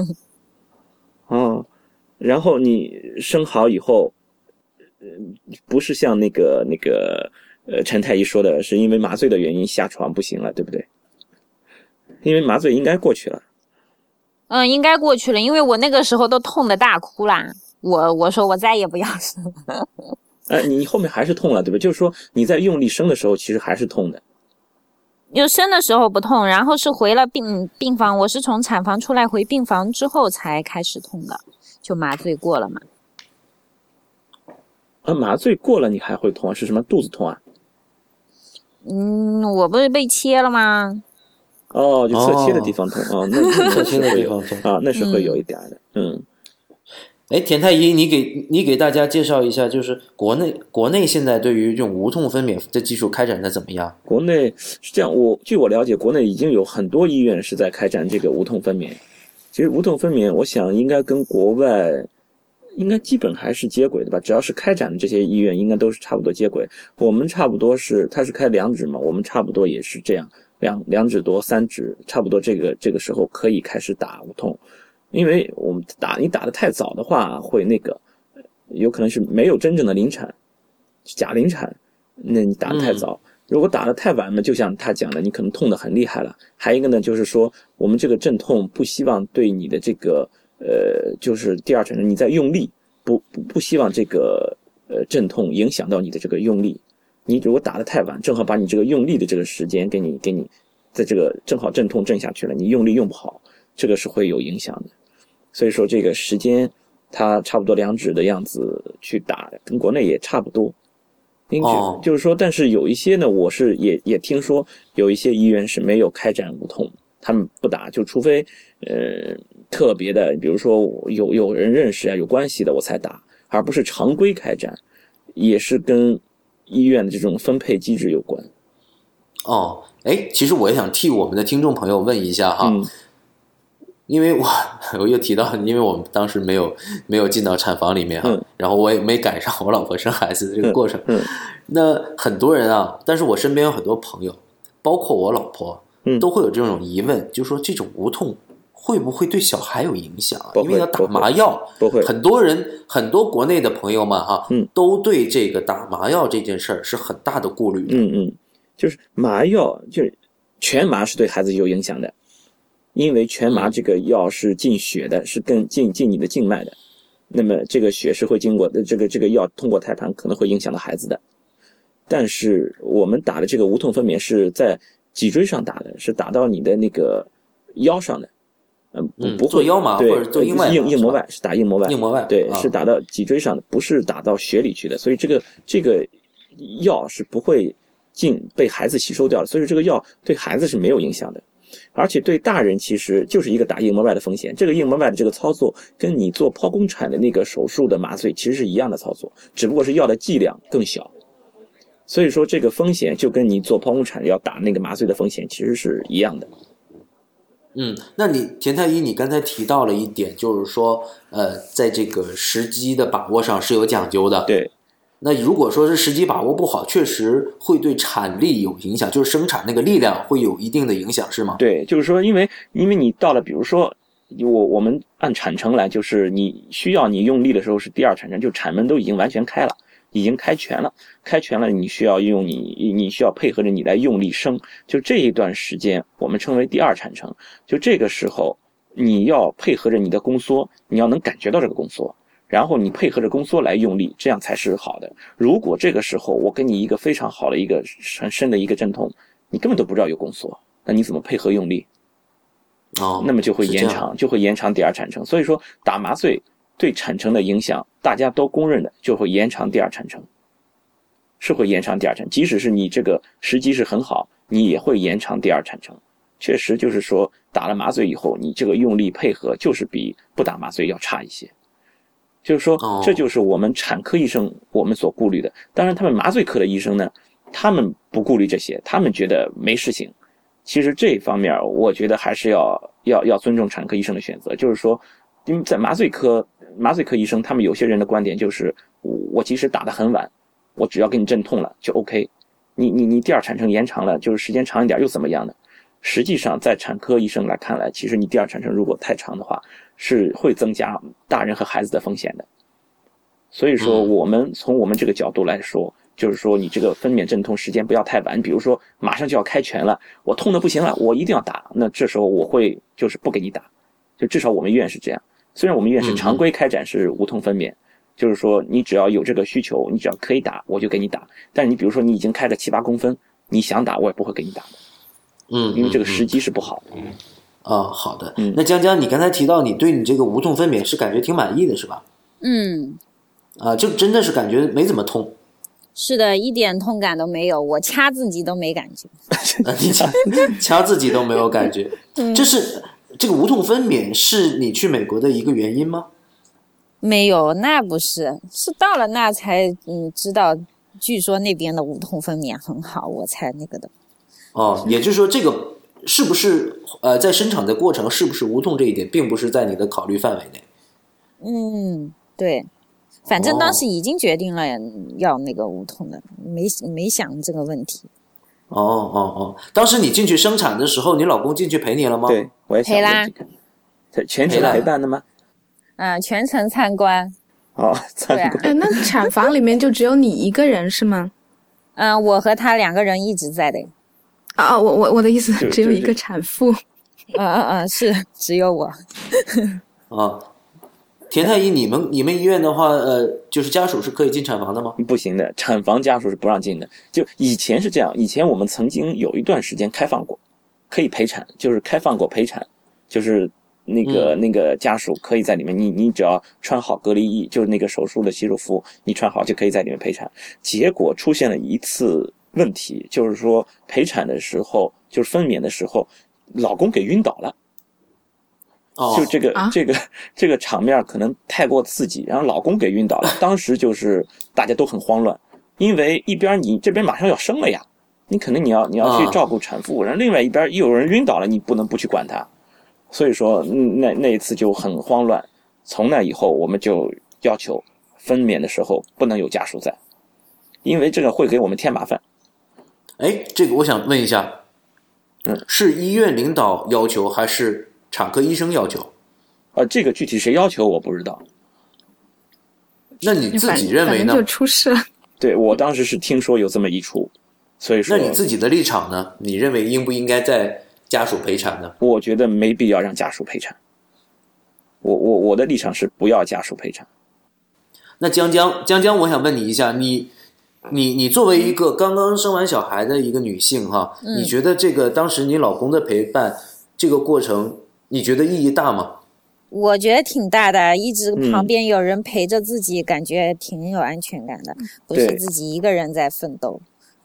哦，然后你生好以后，呃，不是像那个那个。呃，陈太医说的是因为麻醉的原因下床不行了，对不对？因为麻醉应该过去了。 嗯，应该过去了，因为我那个时候都痛得大哭啦。我我说我再也不要生了。 呃，你后面还是痛了，对不对？就是说你在用力生的时候，其实还是痛的。 就生的时候不痛，然后是回了病病房，我是从产房出来回病房之后才开始痛的，就麻醉过了嘛。 啊，麻醉过了你还会痛？是什么肚子痛啊？ 嗯，我不是被切了吗？ 哦，就侧切的地方痛哦，那侧切的地方痛啊，那是会有一点的，嗯。 哎、嗯，田太医，你给你给大家介绍一下，就是国内国内现在对于这种无痛分娩的技术开展的怎么样？ 国内是这样，我据我了解，国内已经有很多医院是在开展这个无痛分娩。其实无痛分娩，我想应该跟国外。应该基本还是接轨的吧，只要是开展的这些医院应该都是差不多接轨。我们差不多是，他是开两指嘛，我们差不多也是这样，两两指多三指，差不多这个这个时候可以开始打无痛。因为我们打你打得太早的话，会那个有可能是没有真正的临产，假临产，那你打得太早。嗯，如果打得太晚呢，就像他讲的，你可能痛得很厉害了。还有一个呢，就是说我们这个阵痛不希望对你的这个。呃，就是第二层，你在用力，不不不希望这个呃阵痛影响到你的这个用力。你如果打得太晚，正好把你这个用力的这个时间给你给你，在这个正好阵痛阵下去了，你用力用不好，这个是会有影响的。所以说这个时间，它差不多两指的样子去打，跟国内也差不多。 哦， 就是说，但是有一些呢，我是也也听说有一些医院是没有开展无痛， 他们不打，就除非呃特别的，比如说有有人认识啊，有关系的我才打，而不是常规开展，也是跟医院的这种分配机制有关。 哦，哎，其实我也想替我们的听众朋友问一下哈， 嗯、 因为我我又提到，因为我们当时没有没有进到产房里面哈， 嗯、 然后我也没赶上我老婆生孩子的这个过程。 嗯嗯、 那很多人啊，但是我身边有很多朋友，包括我老婆， 嗯、 都会有这种疑问，就说这种无痛会不会对小孩有影响啊？因为要打麻药， 不会。 很多人很多国内的朋友们哈， 嗯、 都对这个打麻药这件事儿是很大的顾虑的。 嗯嗯，就是麻药，就是全麻是对孩子有影响的。因为全麻这个药是进血的，是跟进进你的静脉的，那么这个血是会经过的，这个这个药通过胎盘可能会影响到孩子的。但是我们打的这个无痛分娩是在脊椎上打的，是打到你的那个腰上的，嗯，不不会做腰麻或者做硬外麻， 硬硬膜外是打硬膜外， 硬膜外对， 啊、 是打到脊椎上的，不是打到血里去的，所以这个这个药是不会进被孩子吸收掉的，所以这个药对孩子是没有影响的。而且对大人其实就是一个打硬膜外的风险，这个硬膜外的这个操作跟你做剖宫产的那个手术的麻醉其实是一样的操作，只不过是药的剂量更小，所以说这个风险就跟你做剖宫产要打那个麻醉的风险其实是一样的。 嗯，那你田太医，你刚才提到了一点，就是说，呃，在这个时机的把握上是有讲究的。 对。 那如果说是时机把握不好，确实会对产力有影响，就是生产那个力量会有一定的影响，是吗？ 对，就是说，因为因为你到了，比如说，我我们按产程来，就是你需要你用力的时候是第二产程，就产门都已经完全开了，已经开全了，开全了，你需要用你你需要配合着你来用力生，就这一段时间我们称为第二产程，就这个时候你要配合着你的宫缩，你要能感觉到这个宫缩。然后你配合着宫缩来用力，这样才是好的。如果这个时候我给你一个非常好的一个很深的一个阵痛，你根本都不知道有宫缩，那你怎么配合用力？ 哦， 那么就会延长，就会延长第二产程。所以说打麻醉对产程的影响，大家都公认的，就会延长第二产程，是会延长第二产程。即使是你这个时机是很好，你也会延长第二产程。确实就是说打了麻醉以后，你这个用力配合就是比不打麻醉要差一些。就是说，这就是我们产科医生我们所顾虑的。当然，他们麻醉科的医生呢，他们不顾虑这些，他们觉得没事情。其实这一方面，我觉得还是要要要尊重产科医生的选择。就是说，因为在麻醉科，麻醉科医生他们有些人的观点就是，我即使打得很晚，我只要给你镇痛了就 OK。你你你第二产程延长了，就是时间长一点又怎么样呢？实际上，在产科医生来看来，其实你第二产程如果太长的话，是会增加大人和孩子的风险的。所以说，我们从我们这个角度来说，就是说你这个分娩阵痛时间不要太晚。比如说马上就要开全了，我痛得不行了，我一定要打，那这时候我会就是不给你打。就至少我们医院是这样。虽然我们医院是常规开展是无痛分娩，嗯、就是说你只要有这个需求，你只要可以打，我就给你打。但是你比如说你已经开了七八公分，你想打我也不会给你打的。 嗯， 因为这个时机是不好的。 嗯，哦，好的。 嗯， 那江江，你刚才提到你对你这个无痛分娩是感觉挺满意的，是吧？ 嗯， 啊，就真的是感觉没怎么痛。 是的，一点痛感都没有，我掐自己都没感觉。 啊、你掐掐自己都没有感觉， 嗯、 这是这个无痛分娩是你去美国的一个原因吗？ 没有，那不是，是到了那才嗯知道，据说那边的无痛分娩很好，我才那个的。 哦，也就是说，这个是不是呃，在生产的过程是不是无痛这一点，并不是在你的考虑范围内。 嗯，对，反正当时已经决定了要那个无痛的，哦、没没想这个问题。 哦哦哦，当时你进去生产的时候，你老公进去陪你了吗？ 对，我也想陪啦， 全程陪伴的吗？ 啊、呃，全程参观。 哦，参观。 哎、啊，那产房里面就只有你一个人是吗？ 嗯、呃，我和他两个人一直在的。 啊，我我我的意思只有一个产妇。 嗯嗯嗯，是只有我。 啊，田太医，你们你们医院的话，呃，就是家属是可以进产房的吗？ 不行的，产房家属是不让进的。就以前是这样，以前我们曾经有一段时间开放过，可以陪产，就是开放过陪产，就是那个、嗯、那个家属可以在里面，你你只要穿好隔离衣，就是那个手术的洗手服，你穿好就可以在里面陪产。结果出现了一次问题，就是说陪产的时候，就是分娩的时候， 老公给晕倒了。 哦， 就这个、 啊、 这个这个场面可能太过刺激，然后老公给晕倒了，当时就是大家都很慌乱，因为一边你这边马上要生了呀，你可能你要你要去照顾产妇，然后另外一边又有人晕倒了，你不能不去管他，所以说那那一次就很慌乱。从那以后，我们就要求分娩的时候不能有家属在，因为这个会给我们添麻烦。 哎，这个我想问一下， 嗯， 是医院领导要求还是产科医生要求？ 呃，这个具体谁要求我不知道。 那你自己认为呢？ 反正就出事了。 对，我当时是听说有这么一出，所以说。 那你自己的立场呢？你认为应不应该在家属陪产呢？ 我觉得没必要让家属陪产。我我我的立场是不要家属陪产。 那江江江江，我想问你一下，你你你作为一个刚刚生完小孩的一个女性哈， 嗯、 你觉得这个当时你老公的陪伴这个过程，你觉得意义大吗？ 我觉得挺大的，一直旁边有人陪着自己，嗯、感觉挺有安全感的，不是自己一个人在奋斗。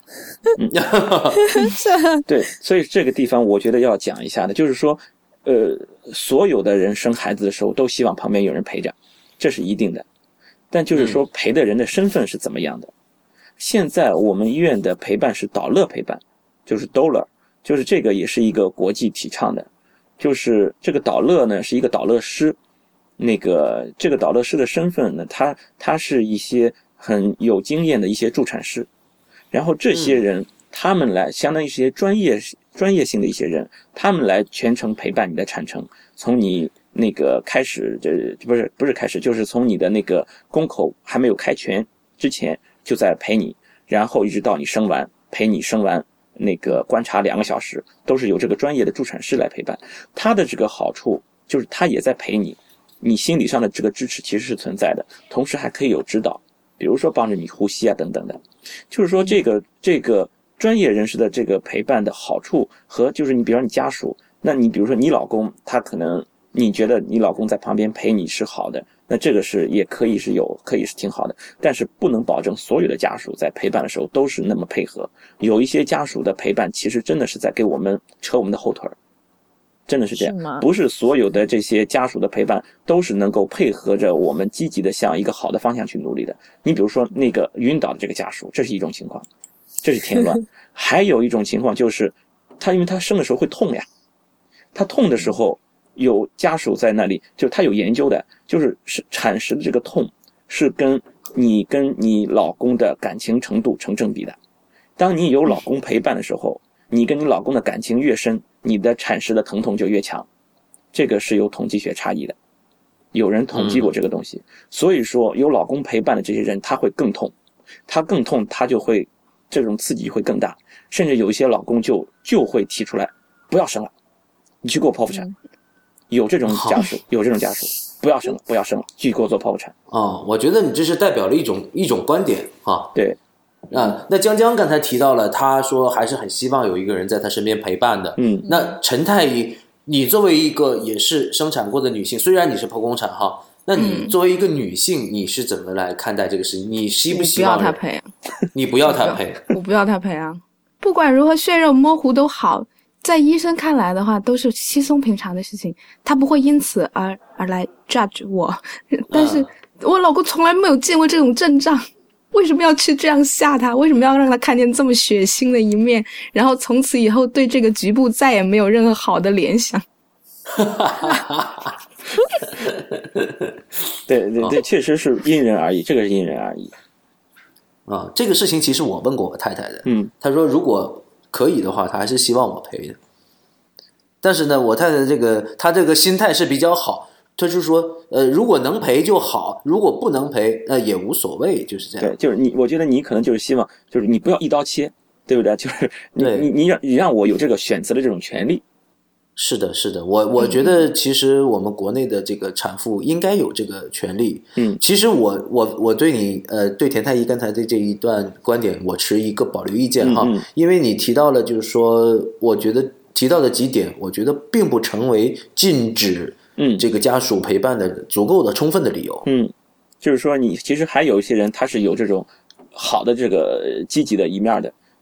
对，所以这个地方我觉得要讲一下的，就是说，呃，所有的人生孩子的时候都希望旁边有人陪着，这是一定的。但就是说陪的人的身份是怎么样的？嗯、现在我们医院的陪伴是导乐陪伴，就是 doula， 就是这个也是一个国际提倡的。就是这个导乐呢是一个导乐师，那个这个导乐师的身份呢，他他是一些很有经验的一些助产师，然后这些人、嗯、他们来相当于一些专业专业性的一些人，他们来全程陪伴你的产程，从你那个开始这不是不是开始，就是从你的那个宫口还没有开全之前就在陪你，然后一直到你生完，陪你生完。那个观察两个小时，都是由这个专业的助产师来陪伴。他的这个好处就是他也在陪你，你心理上的这个支持其实是存在的，同时还可以有指导，比如说帮着你呼吸啊等等的。就是说这个这个专业人士的这个陪伴的好处和就是你比如说你家属，那你比如说你老公，他可能你觉得你老公在旁边陪你是好的，那这个是也可以是有可以是挺好的，但是不能保证所有的家属在陪伴的时候都是那么配合。有一些家属的陪伴其实真的是在给我们扯我们的后腿，真的是这样，不是所有的这些家属的陪伴都是能够配合着我们积极的向一个好的方向去努力的。你比如说那个晕倒的这个家属，这是一种情况，这是添乱。还有一种情况就是他因为他生的时候会痛呀，他痛的时候有家属在那里，就他有研究的，就是产时的这个痛是跟你跟你老公的感情程度成正比的。当你有老公陪伴的时候，你跟你老公的感情越深，你的产时的疼痛就越强，这个是有统计学差异的，有人统计过这个东西。所以说有老公陪伴的这些人他会更痛，他更痛他就会这种刺激会更大，甚至有一些老公就就会提出来不要生了，你去给我剖腹产。有这种家属，有这种家属，不要生了，不要生了，继续给我做剖腹产。 哦，我觉得你这是代表了一种一种观点啊。 对， 啊，那江江刚才提到了，他说还是很希望有一个人在他身边陪伴的。 嗯， 那陈太医，你作为一个也是生产过的女性，虽然你是剖宫产哈，那你作为一个女性，你是怎么来看待这个事情？你希不希望不要他陪？ 你不要他陪？ 我不要他陪啊！不管如何血肉模糊都好。在医生看来的话，都是稀松平常的事情，他不会因此而而来 judge 我。但是我老公从来没有见过这种阵仗，为什么要去这样吓他？为什么要让他看见这么血腥的一面？然后从此以后对这个局部再也没有任何好的联想。 对对对，确实是因人而异，这个是因人而异。 啊，这个事情其实我问过我太太的， 嗯， 她说如果可以的话，她还是希望我陪的。但是呢，我太太这个她这个心态是比较好，她就说，呃，如果能陪就好，如果不能陪，呃，也无所谓，就是这样。 对，就是你，我觉得你可能就是希望，就是你不要一刀切，对不对？就是你你你让你让我有这个选择的这种权利。 是的，是的，我我觉得其实我们国内的这个产妇应该有这个权利。 嗯， 其实我我我对你呃对田太医刚才的这一段观点，我持一个保留意见哈， 嗯嗯因为你提到了，就是说，我觉得提到的几点，我觉得并不成为禁止嗯这个家属陪伴的足够的充分的理由。 嗯，就是说你其实还有一些人他是有这种好的这个积极的一面的。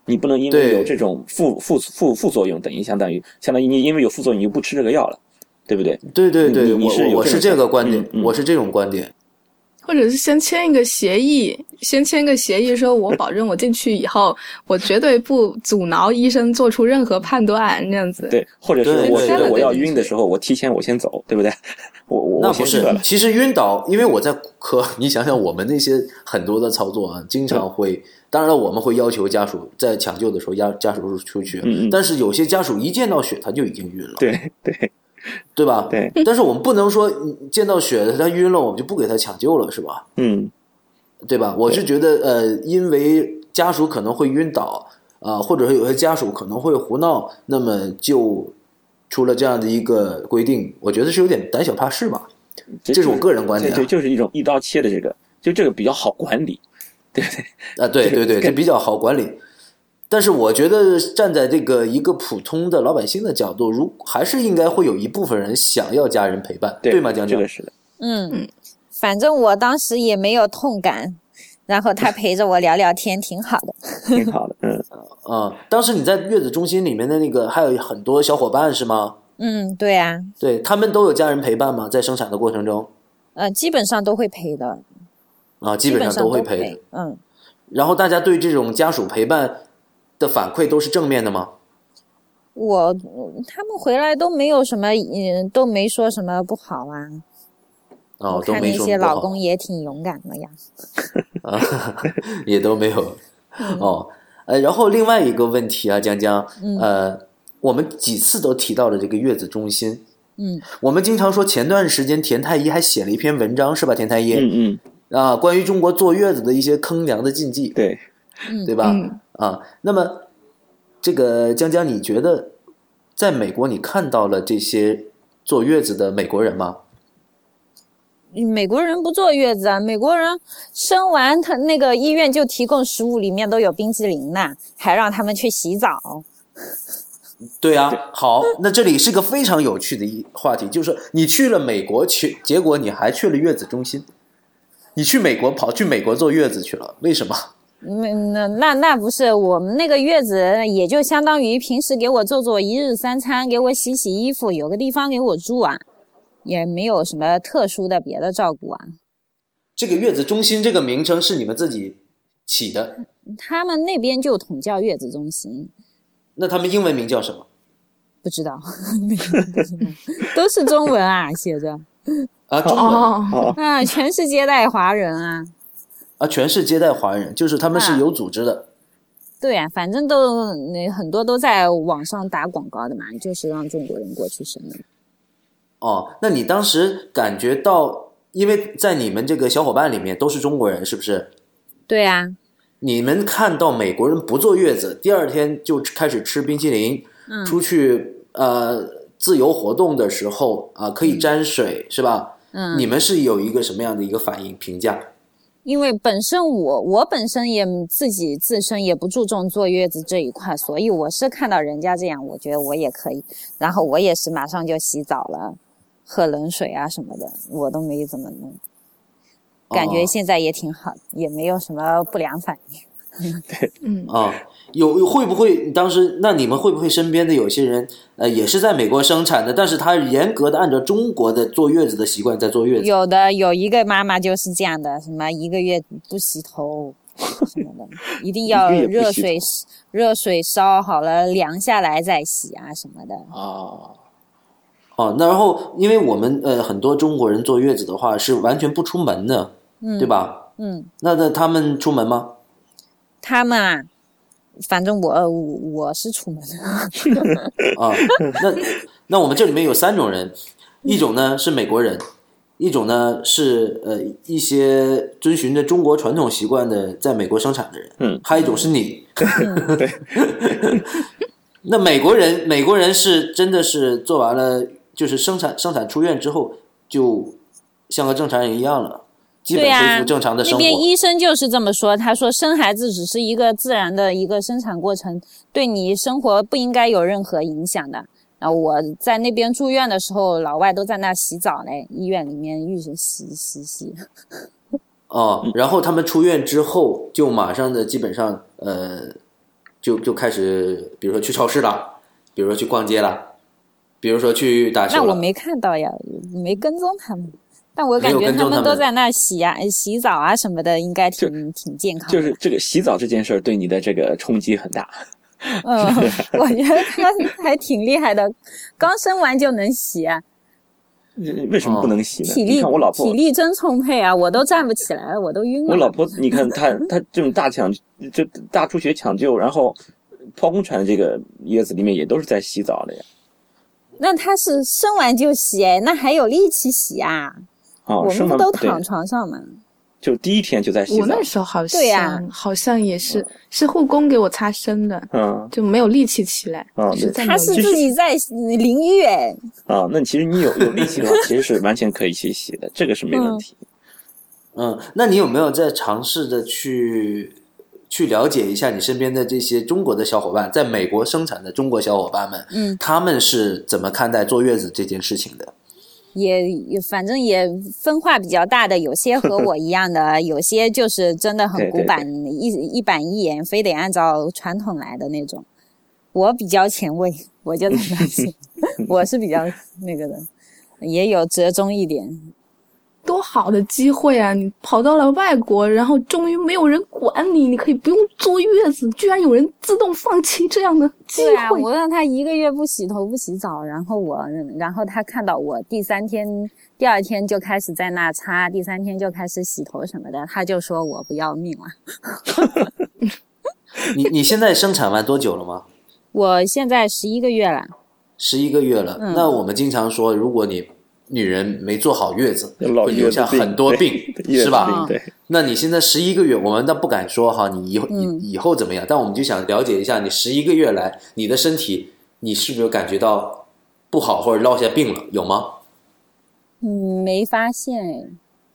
你不能因为有这种副副副副作用，等于相当于相当于你因为有副作用你就不吃这个药了，对不对？ 对对对， 你你是我我是这个观点， 嗯嗯、 我是这种观点。 或者是先签一个协议，先签一个协议，说我保证我进去以后，我绝对不阻挠医生做出任何判断，这样子。 对，或者是我觉得我要晕的时候，我提前我先走，对不对？我我那不是，其实晕倒，因为我在骨科，你想想我们那些很多的操作啊，经常会，当然了，我们会要求家属在抢救的时候家家属出去， 嗯嗯但是有些家属一见到血他就已经晕了， 对对。 对吧？ 对， 但是我们不能说见到血他晕了，我们就不给他抢救了，是吧？ 嗯， 对吧？我是觉得，呃，因为家属可能会晕倒啊、呃，或者是有些家属可能会胡闹，那么就出了这样的一个规定，我觉得是有点胆小怕事吧。这是我个人观点、啊。 对，就是一种一刀切的这个，就这个比较好管理，对不对？ 啊，对对对，这比较好管理。但是我觉得站在这个一个普通的老百姓的角度，如还是应该会有一部分人想要家人陪伴， 对, 对吗？江江， 这个是的。 嗯，反正我当时也没有痛感，然后他陪着我聊聊天，挺好的， 挺好的。嗯啊、嗯，当时你在月子中心里面的那个还有很多小伙伴是吗？ 嗯，对啊。 对，他们都有家人陪伴吗？在生产的过程中？ 呃，基本上都会陪的。 啊，基本上都会陪的。 陪嗯。 然后大家对这种家属陪伴的反馈都是正面的吗？ 我他们回来都没有什么，嗯，都没说什么不好啊。 哦， 我看那些老公也挺勇敢的呀。 啊，也都没有。哦，呃，然后另外一个问题啊，江江， 嗯、 呃，我们几次都提到了这个月子中心。 嗯， 我们经常说，前段时间田太医还写了一篇文章，是吧？田太医， 嗯嗯。 啊，关于中国坐月子的一些坑娘的禁忌， 对， 对吧？ 嗯、 啊，那么这个江江，你觉得在美国你看到了这些坐月子的美国人吗？ 美国人不坐月子啊，美国人生完他那个医院就提供食物，里面都有冰淇淋呢，还让他们去洗澡。 对啊，好，那这里是个非常有趣的一话题，就是你去了美国去，结果你还去了月子中心。你去美国跑去美国坐月子去了，为什么？ 那那那不是我们那个月子，也就相当于平时给我做做一日三餐，给我洗洗衣服，有个地方给我住啊，也没有什么特殊的别的照顾啊。 这个月子中心这个名称是你们自己起的？ 他们那边就统叫月子中心。 那他们英文名叫什么？ 不知道，都是中文啊，写着。 啊，中文、 哦、 啊，全是接待华人啊！ 啊，全是接待华人，就是他们是有组织的。啊对啊，反正都那很多都在网上打广告的嘛，就是让中国人过去生的。 哦，那你当时感觉到，因为在你们这个小伙伴里面都是中国人，是不是？ 对啊。 你们看到美国人不坐月子，第二天就开始吃冰淇淋， 嗯、 出去呃自由活动的时候啊、呃，可以沾水、嗯、是吧？ 嗯， 你们是有一个什么样的一个反应评价？ 因为本身我我本身也自己自身也不注重坐月子这一块，所以我是看到人家这样，我觉得我也可以，然后我也是马上就洗澡了，喝冷水啊什么的，我都没怎么弄，感觉现在也挺好，哦、也没有什么不良反应。 对， 嗯啊，有会不会当时那你们会不会身边的有些人呃也是在美国生产的，但是他严格的按照中国的坐月子的习惯在坐月子？ 有的，有一个妈妈就是这样的，什么一个月不洗头什么的，一定要热水热水烧好了凉下来再洗啊什么的。 哦，哦，那然后因为我们呃很多中国人坐月子的话是完全不出门的， 嗯， 对吧？ 嗯， 那那他们出门吗？ 他们啊，反正我我我是出门的啊。那那我们这里面有三种人，一种呢是美国人，一种呢是呃一些遵循着中国传统习惯的在美国生产的人， 嗯， 还有一种是你。 嗯、对。 那美国人美国人是真的是做完了，就是生产生产出院之后就像个正常人一样了。基本恢复正常的生活。 对啊，那边医生就是这么说，他说生孩子只是一个自然的一个生产过程，对你生活不应该有任何影响的。然后我在那边住院的时候，老外都在那洗澡嘞，医院里面浴室洗洗洗。 哦，然后他们出院之后就马上的基本上呃就就开始，比如说去超市了，比如说去逛街了，比如说去打球了。 那我没看到呀，没跟踪他们。但我感觉他们都在那洗啊、洗澡啊什么的，应该挺挺健康的。 就是这个洗澡这件事儿对你的这个冲击很大。 嗯，我觉得他还挺厉害的，刚生完就能洗啊。 为什么不能洗呢？ 体力你看我老婆体力真充沛啊，我都站不起来了，我都晕了。 我老婆，你看她她这种大抢就大出血抢救，然后剖宫产的这个月子里面也都是在洗澡的呀。 那她是生完就洗哎，那还有力气洗啊？ 哦， 我们不都躺床上吗？ 就第一天就在洗澡。 我那时候好像对呀、啊， 好像也是、嗯、是护工给我擦身的， 嗯， 就没有力气起来。 嗯， 他是自己在淋浴哎。 啊，那其实你有有力气的话，其实是完全可以去洗的，这个是没问题。 嗯, 嗯，那你有没有在尝试的去去了解一下你身边的这些中国的小伙伴，在美国生产的中国小伙伴们， 嗯， 他们是怎么看待坐月子这件事情的？ 也也反正也分化比较大的，有些和我一样的，有些就是真的很古板， 对对对一一板一眼，非得按照传统来的那种。我比较前卫，我就在那些，我是比较那个的，也有折中一点。 多好的机会啊！你跑到了外国，然后终于没有人管你，你可以不用坐月子，居然有人自动放弃这样的机会。 对啊，我让他一个月不洗头不洗澡，然后我，然后他看到我第三天、第二天就开始在那擦，第三天就开始洗头什么的，他就说我不要命了。 你你现在生产完多久了吗？ 我现在十一个月了。 十一个月了、嗯，那我们经常说，如果你女人没坐好月子，会留下很多病，是吧？ 对。 那你现在十一个月，我们倒不敢说哈，你以后、嗯、以后怎么样？但我们就想了解一下，你十一个月来，你的身体，你是不是有感觉到不好或者落下病了？有吗？ 嗯，没发现哎。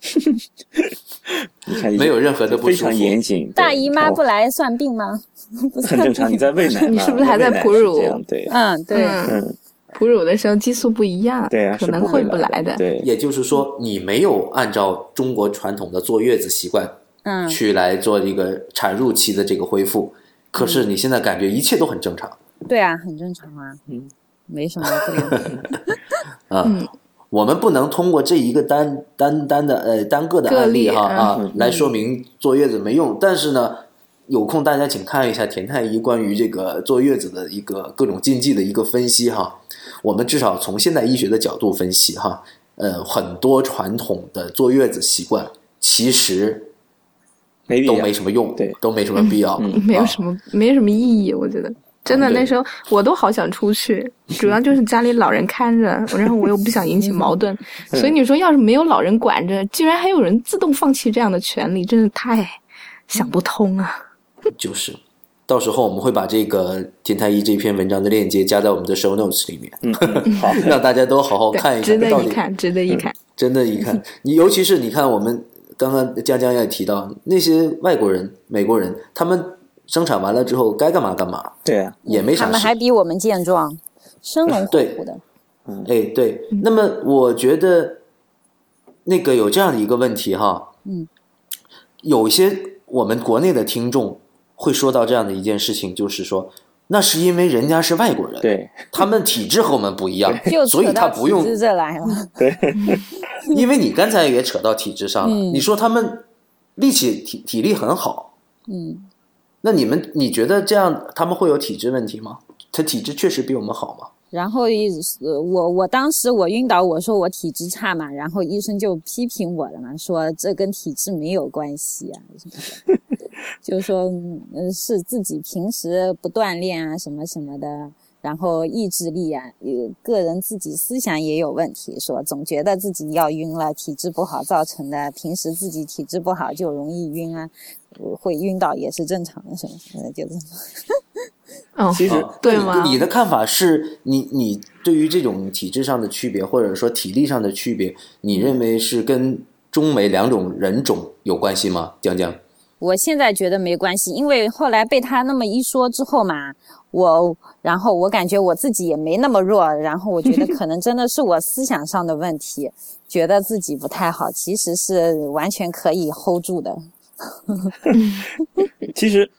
没有任何的不舒服， 非常严谨。 大姨妈不来算病吗？ 很正常，你在喂奶， 你是不是还在哺乳？ 对， 嗯，对， 嗯。哺乳的时候激素不一样， 对啊， 可能会不来的。 对， 也就是说，你没有按照中国传统的坐月子习惯， 嗯， 去来做一个产褥期的这个恢复。可是你现在感觉一切都很正常。 对啊，很正常啊，嗯，没什么不能。 啊、嗯，我们不能通过这一个单单单的呃单个的案例哈啊、嗯、来说明坐月子没用，但是呢。有空大家请看一下田太医关于这个坐月子的一个各种禁忌的一个分析哈。我们至少从现代医学的角度分析哈，呃，很多传统的坐月子习惯其实都没什么用， 对， 都没什么必要， 嗯、没有什么、啊、没什么意义，我觉得。真的，那时候我都好想出去，主要就是家里老人看着，然后我又不想引起矛盾，所以你说要是没有老人管着，居然还有人自动放弃这样的权利，真是太想不通啊。 就是，到时候我们会把这个田太医这篇文章的链接加在我们的 show notes 里面， 嗯，好， 让大家都好好看一看， 值得一看，值得一看， 真的一看。你尤其是你看，我们刚刚江江也提到那些外国人、美国人，他们生产完了之后该干嘛干嘛， 对啊， 也没啥事， 他们还比我们健壮，生龙活虎的。 嗯，哎，对。那么我觉得那个有这样的一个问题哈， 嗯， 有一些我们国内的听众。会说到这样的一件事情，就是说，那是因为人家是外国人， 对， 他们体质和我们不一样，所以他不用。 体质这来了， 对， 因为你刚才也扯到体质上了， 嗯、 你说他们力气体体力很好， 嗯， 那你们你觉得这样他们会有体质问题吗？他体质确实比我们好吗？ 然后我我当时我晕倒，我说我体质差嘛，然后医生就批评我了嘛，说这跟体质没有关系啊什么的。就是说，嗯，是自己平时不锻炼啊，什么什么的，然后意志力啊，个人自己思想也有问题，说总觉得自己要晕了，体质不好造成的，平时自己体质不好就容易晕啊，会晕倒也是正常的，什么什么的，就这么。 哦， 其实对吗？ 你的看法是你你对于这种体质上的区别，或者说体力上的区别，你认为是跟中美两种人种有关系吗？江江？ 我现在觉得没关系，因为后来被他那么一说之后嘛，我然后我感觉我自己也没那么弱，然后我觉得可能真的是我思想上的问题，觉得自己不太好，其实是完全可以 hold 住的。 其实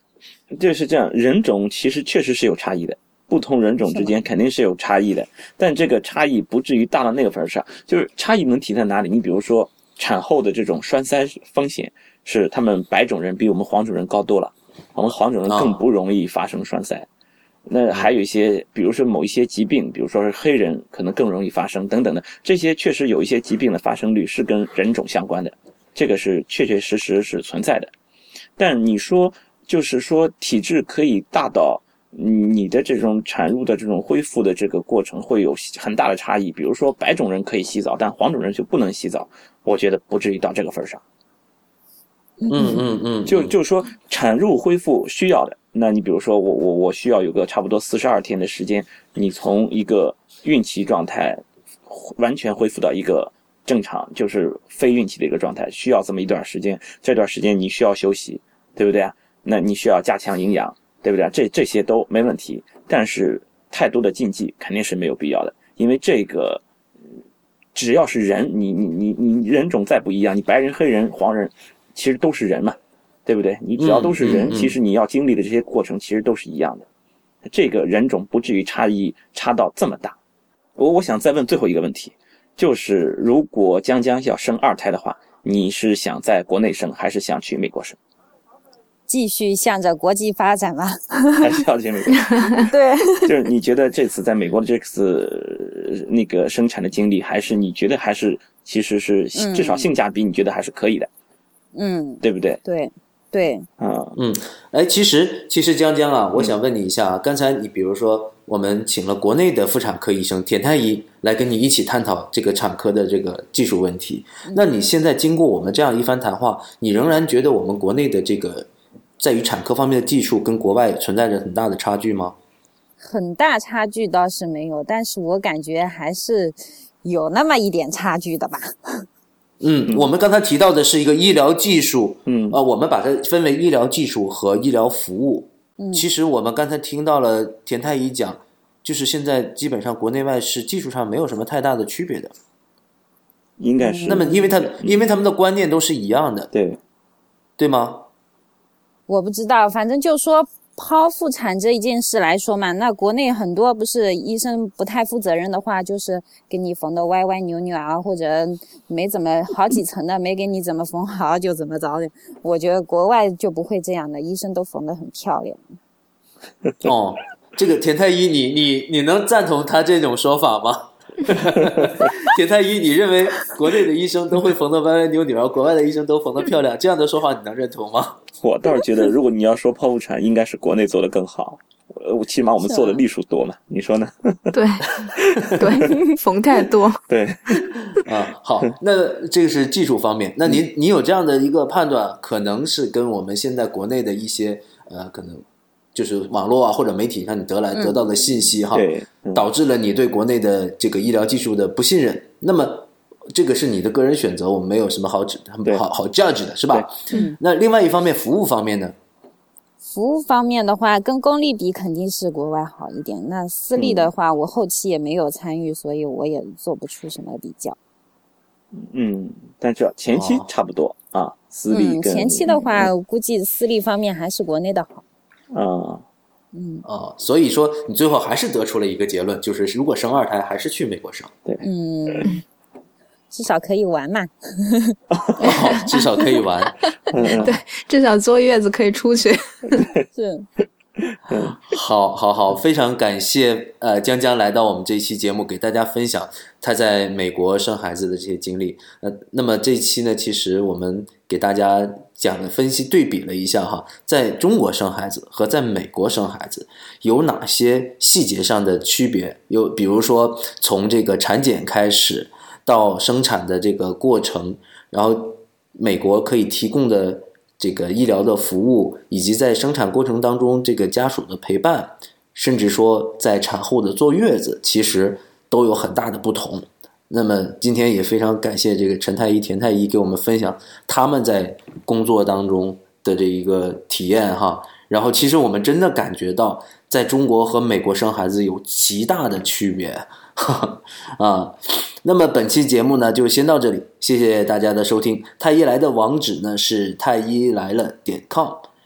就是这样，人种其实确实是有差异的，不同人种之间肯定是有差异的，但这个差异不至于大到那个份上。就是差异能体在哪里？你比如说产后的这种栓塞风险是他们白种人比我们黄种人高多了，我们黄种人更不容易发生栓塞。哦，那还有一些，比如说某一些疾病，比如说是黑人可能更容易发生等等的，这些确实有一些疾病的发生率是跟人种相关的，这个是确确实实是存在的。但你说就是说体质可以大到你的这种产褥的这种恢复的这个过程会有很大的差异，比如说白种人可以洗澡，但黄种人就不能洗澡，我觉得不至于到这个份上。 嗯嗯嗯， 就就是说产褥恢复需要的，那你比如说我我我需要有个差不多四十二天的时间，你从一个孕期状态完全恢复到一个正常就是非孕期的一个状态，需要这么一段时间，这段时间你需要休息，对不对啊？那你需要加强营养，对不对啊？这这些都没问题，但是太多的禁忌肯定是没有必要的，因为这个只要是人，你你你你人种再不一样，你白人、黑人、黄人其实都是人嘛，对不对？你只要都是人， 嗯嗯嗯、 其实你要经历的这些过程其实都是一样的，这个人种不至于差异差到这么大。我我想再问最后一个问题，就是如果江江要生二胎的话，你是想在国内生还是想去美国生？ 继续向着国际发展吧。 还是要去美国生？ 对， 就是你觉得这次在美国的这次那个生产的经历，还是你觉得还是其实是至少性价比你觉得还是可以的？ 嗯， 对不对？ 对对， 啊， 嗯，哎，其实其实江江啊，我想问你一下，刚才你比如说我们请了国内的妇产科医生田太医来跟你一起探讨这个产科的这个技术问题，那你现在经过我们这样一番谈话，你仍然觉得我们国内的这个在于产科方面的技术跟国外存在着很大的差距吗？ 很大差距倒是没有，但是我感觉还是有那么一点差距的吧。 嗯，我们刚才提到的是一个医疗技术， 嗯， 呃，我们把它分为医疗技术和医疗服务。 嗯， 其实我们刚才听到了田太医讲，就是现在基本上国内外是技术上没有什么太大的区别的， 应该是。 那么，因为他因为他们的观念都是一样的， 对， 对吗？ 我不知道，反正就说剖腹产这一件事来说嘛，那国内很多不是医生不太负责任的话，就是给你缝的歪歪扭扭啊，或者没怎么好几层的没给你怎么缝好就怎么着的。我觉得国外就不会这样的，医生都缝得很漂亮。 哦，这个田太医，你你你能赞同他这种说法吗？田太医，你认为国内的医生都会缝得歪歪扭扭，国外的医生都缝得漂亮，这样的说法你能认同吗？ 我倒是觉得，如果你要说剖腹产，应该是国内做得更好。呃，起码我们做的例数多嘛，你说呢？ 对，对，缝太多。 对， 啊，好，那这个是技术方面。那你你有这样的一个判断，可能是跟我们现在国内的一些呃，可能就是网络啊或者媒体上你得来得到的信息哈， 对，嗯， 导致了你对国内的这个医疗技术的不信任。那么这个是你的个人选择，我们没有什么好指好好 judge 的，是吧？ 嗯。 那另外一方面，服务方面呢？ 服务方面的话，跟公立比肯定是国外好一点。那私立的话，嗯，我后期也没有参与，所以我也做不出什么比较。 嗯，但是前期差不多，哦，啊，私立跟， 嗯，前期的话，嗯，估计私立方面还是国内的好。 啊， 嗯啊，所以说你最后还是得出了一个结论，就是如果生二胎，还是去美国生。 对， 嗯。至少可以玩嘛。 哦，至少可以玩。 对，至少坐月子可以出去。 是。 好好好，非常感谢呃江江来到我们这一期节目，给大家分享他在美国生孩子的这些经历。呃，那么这一期呢，其实我们给大家讲了分析对比了一下哈，在中国生孩子和在美国生孩子有哪些细节上的区别？有比如说从这个产检开始到生产的这个过程，然后美国可以提供的这个医疗的服务，以及在生产过程当中这个家属的陪伴，甚至说在产后的坐月子，其实都有很大的不同。那么今天也非常感谢这个陈太医、田太医给我们分享他们在工作当中的这一个体验哈。然后其实我们真的感觉到在中国和美国生孩子有极大的区别啊。那么本期节目呢就先到这里，谢谢大家的收听。太医来的网址呢是太医来了点 com，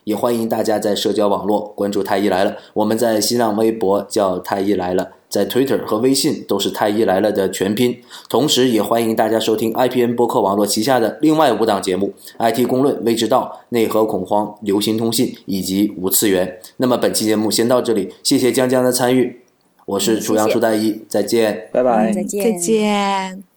也欢迎大家在社交网络关注太医来了，我们在新浪微博叫太医来了，在 Twitter 和微信都是太医来了的全拼。同时也欢迎大家收听 I P N 播客网络旗下的另外五档节目 I T 公论、未知道、内核恐慌、流行通信以及无次元。那么本期节目先到这里，谢谢江江的参与，我是楚阳楚太医，再见， 拜拜， 再见， 再见。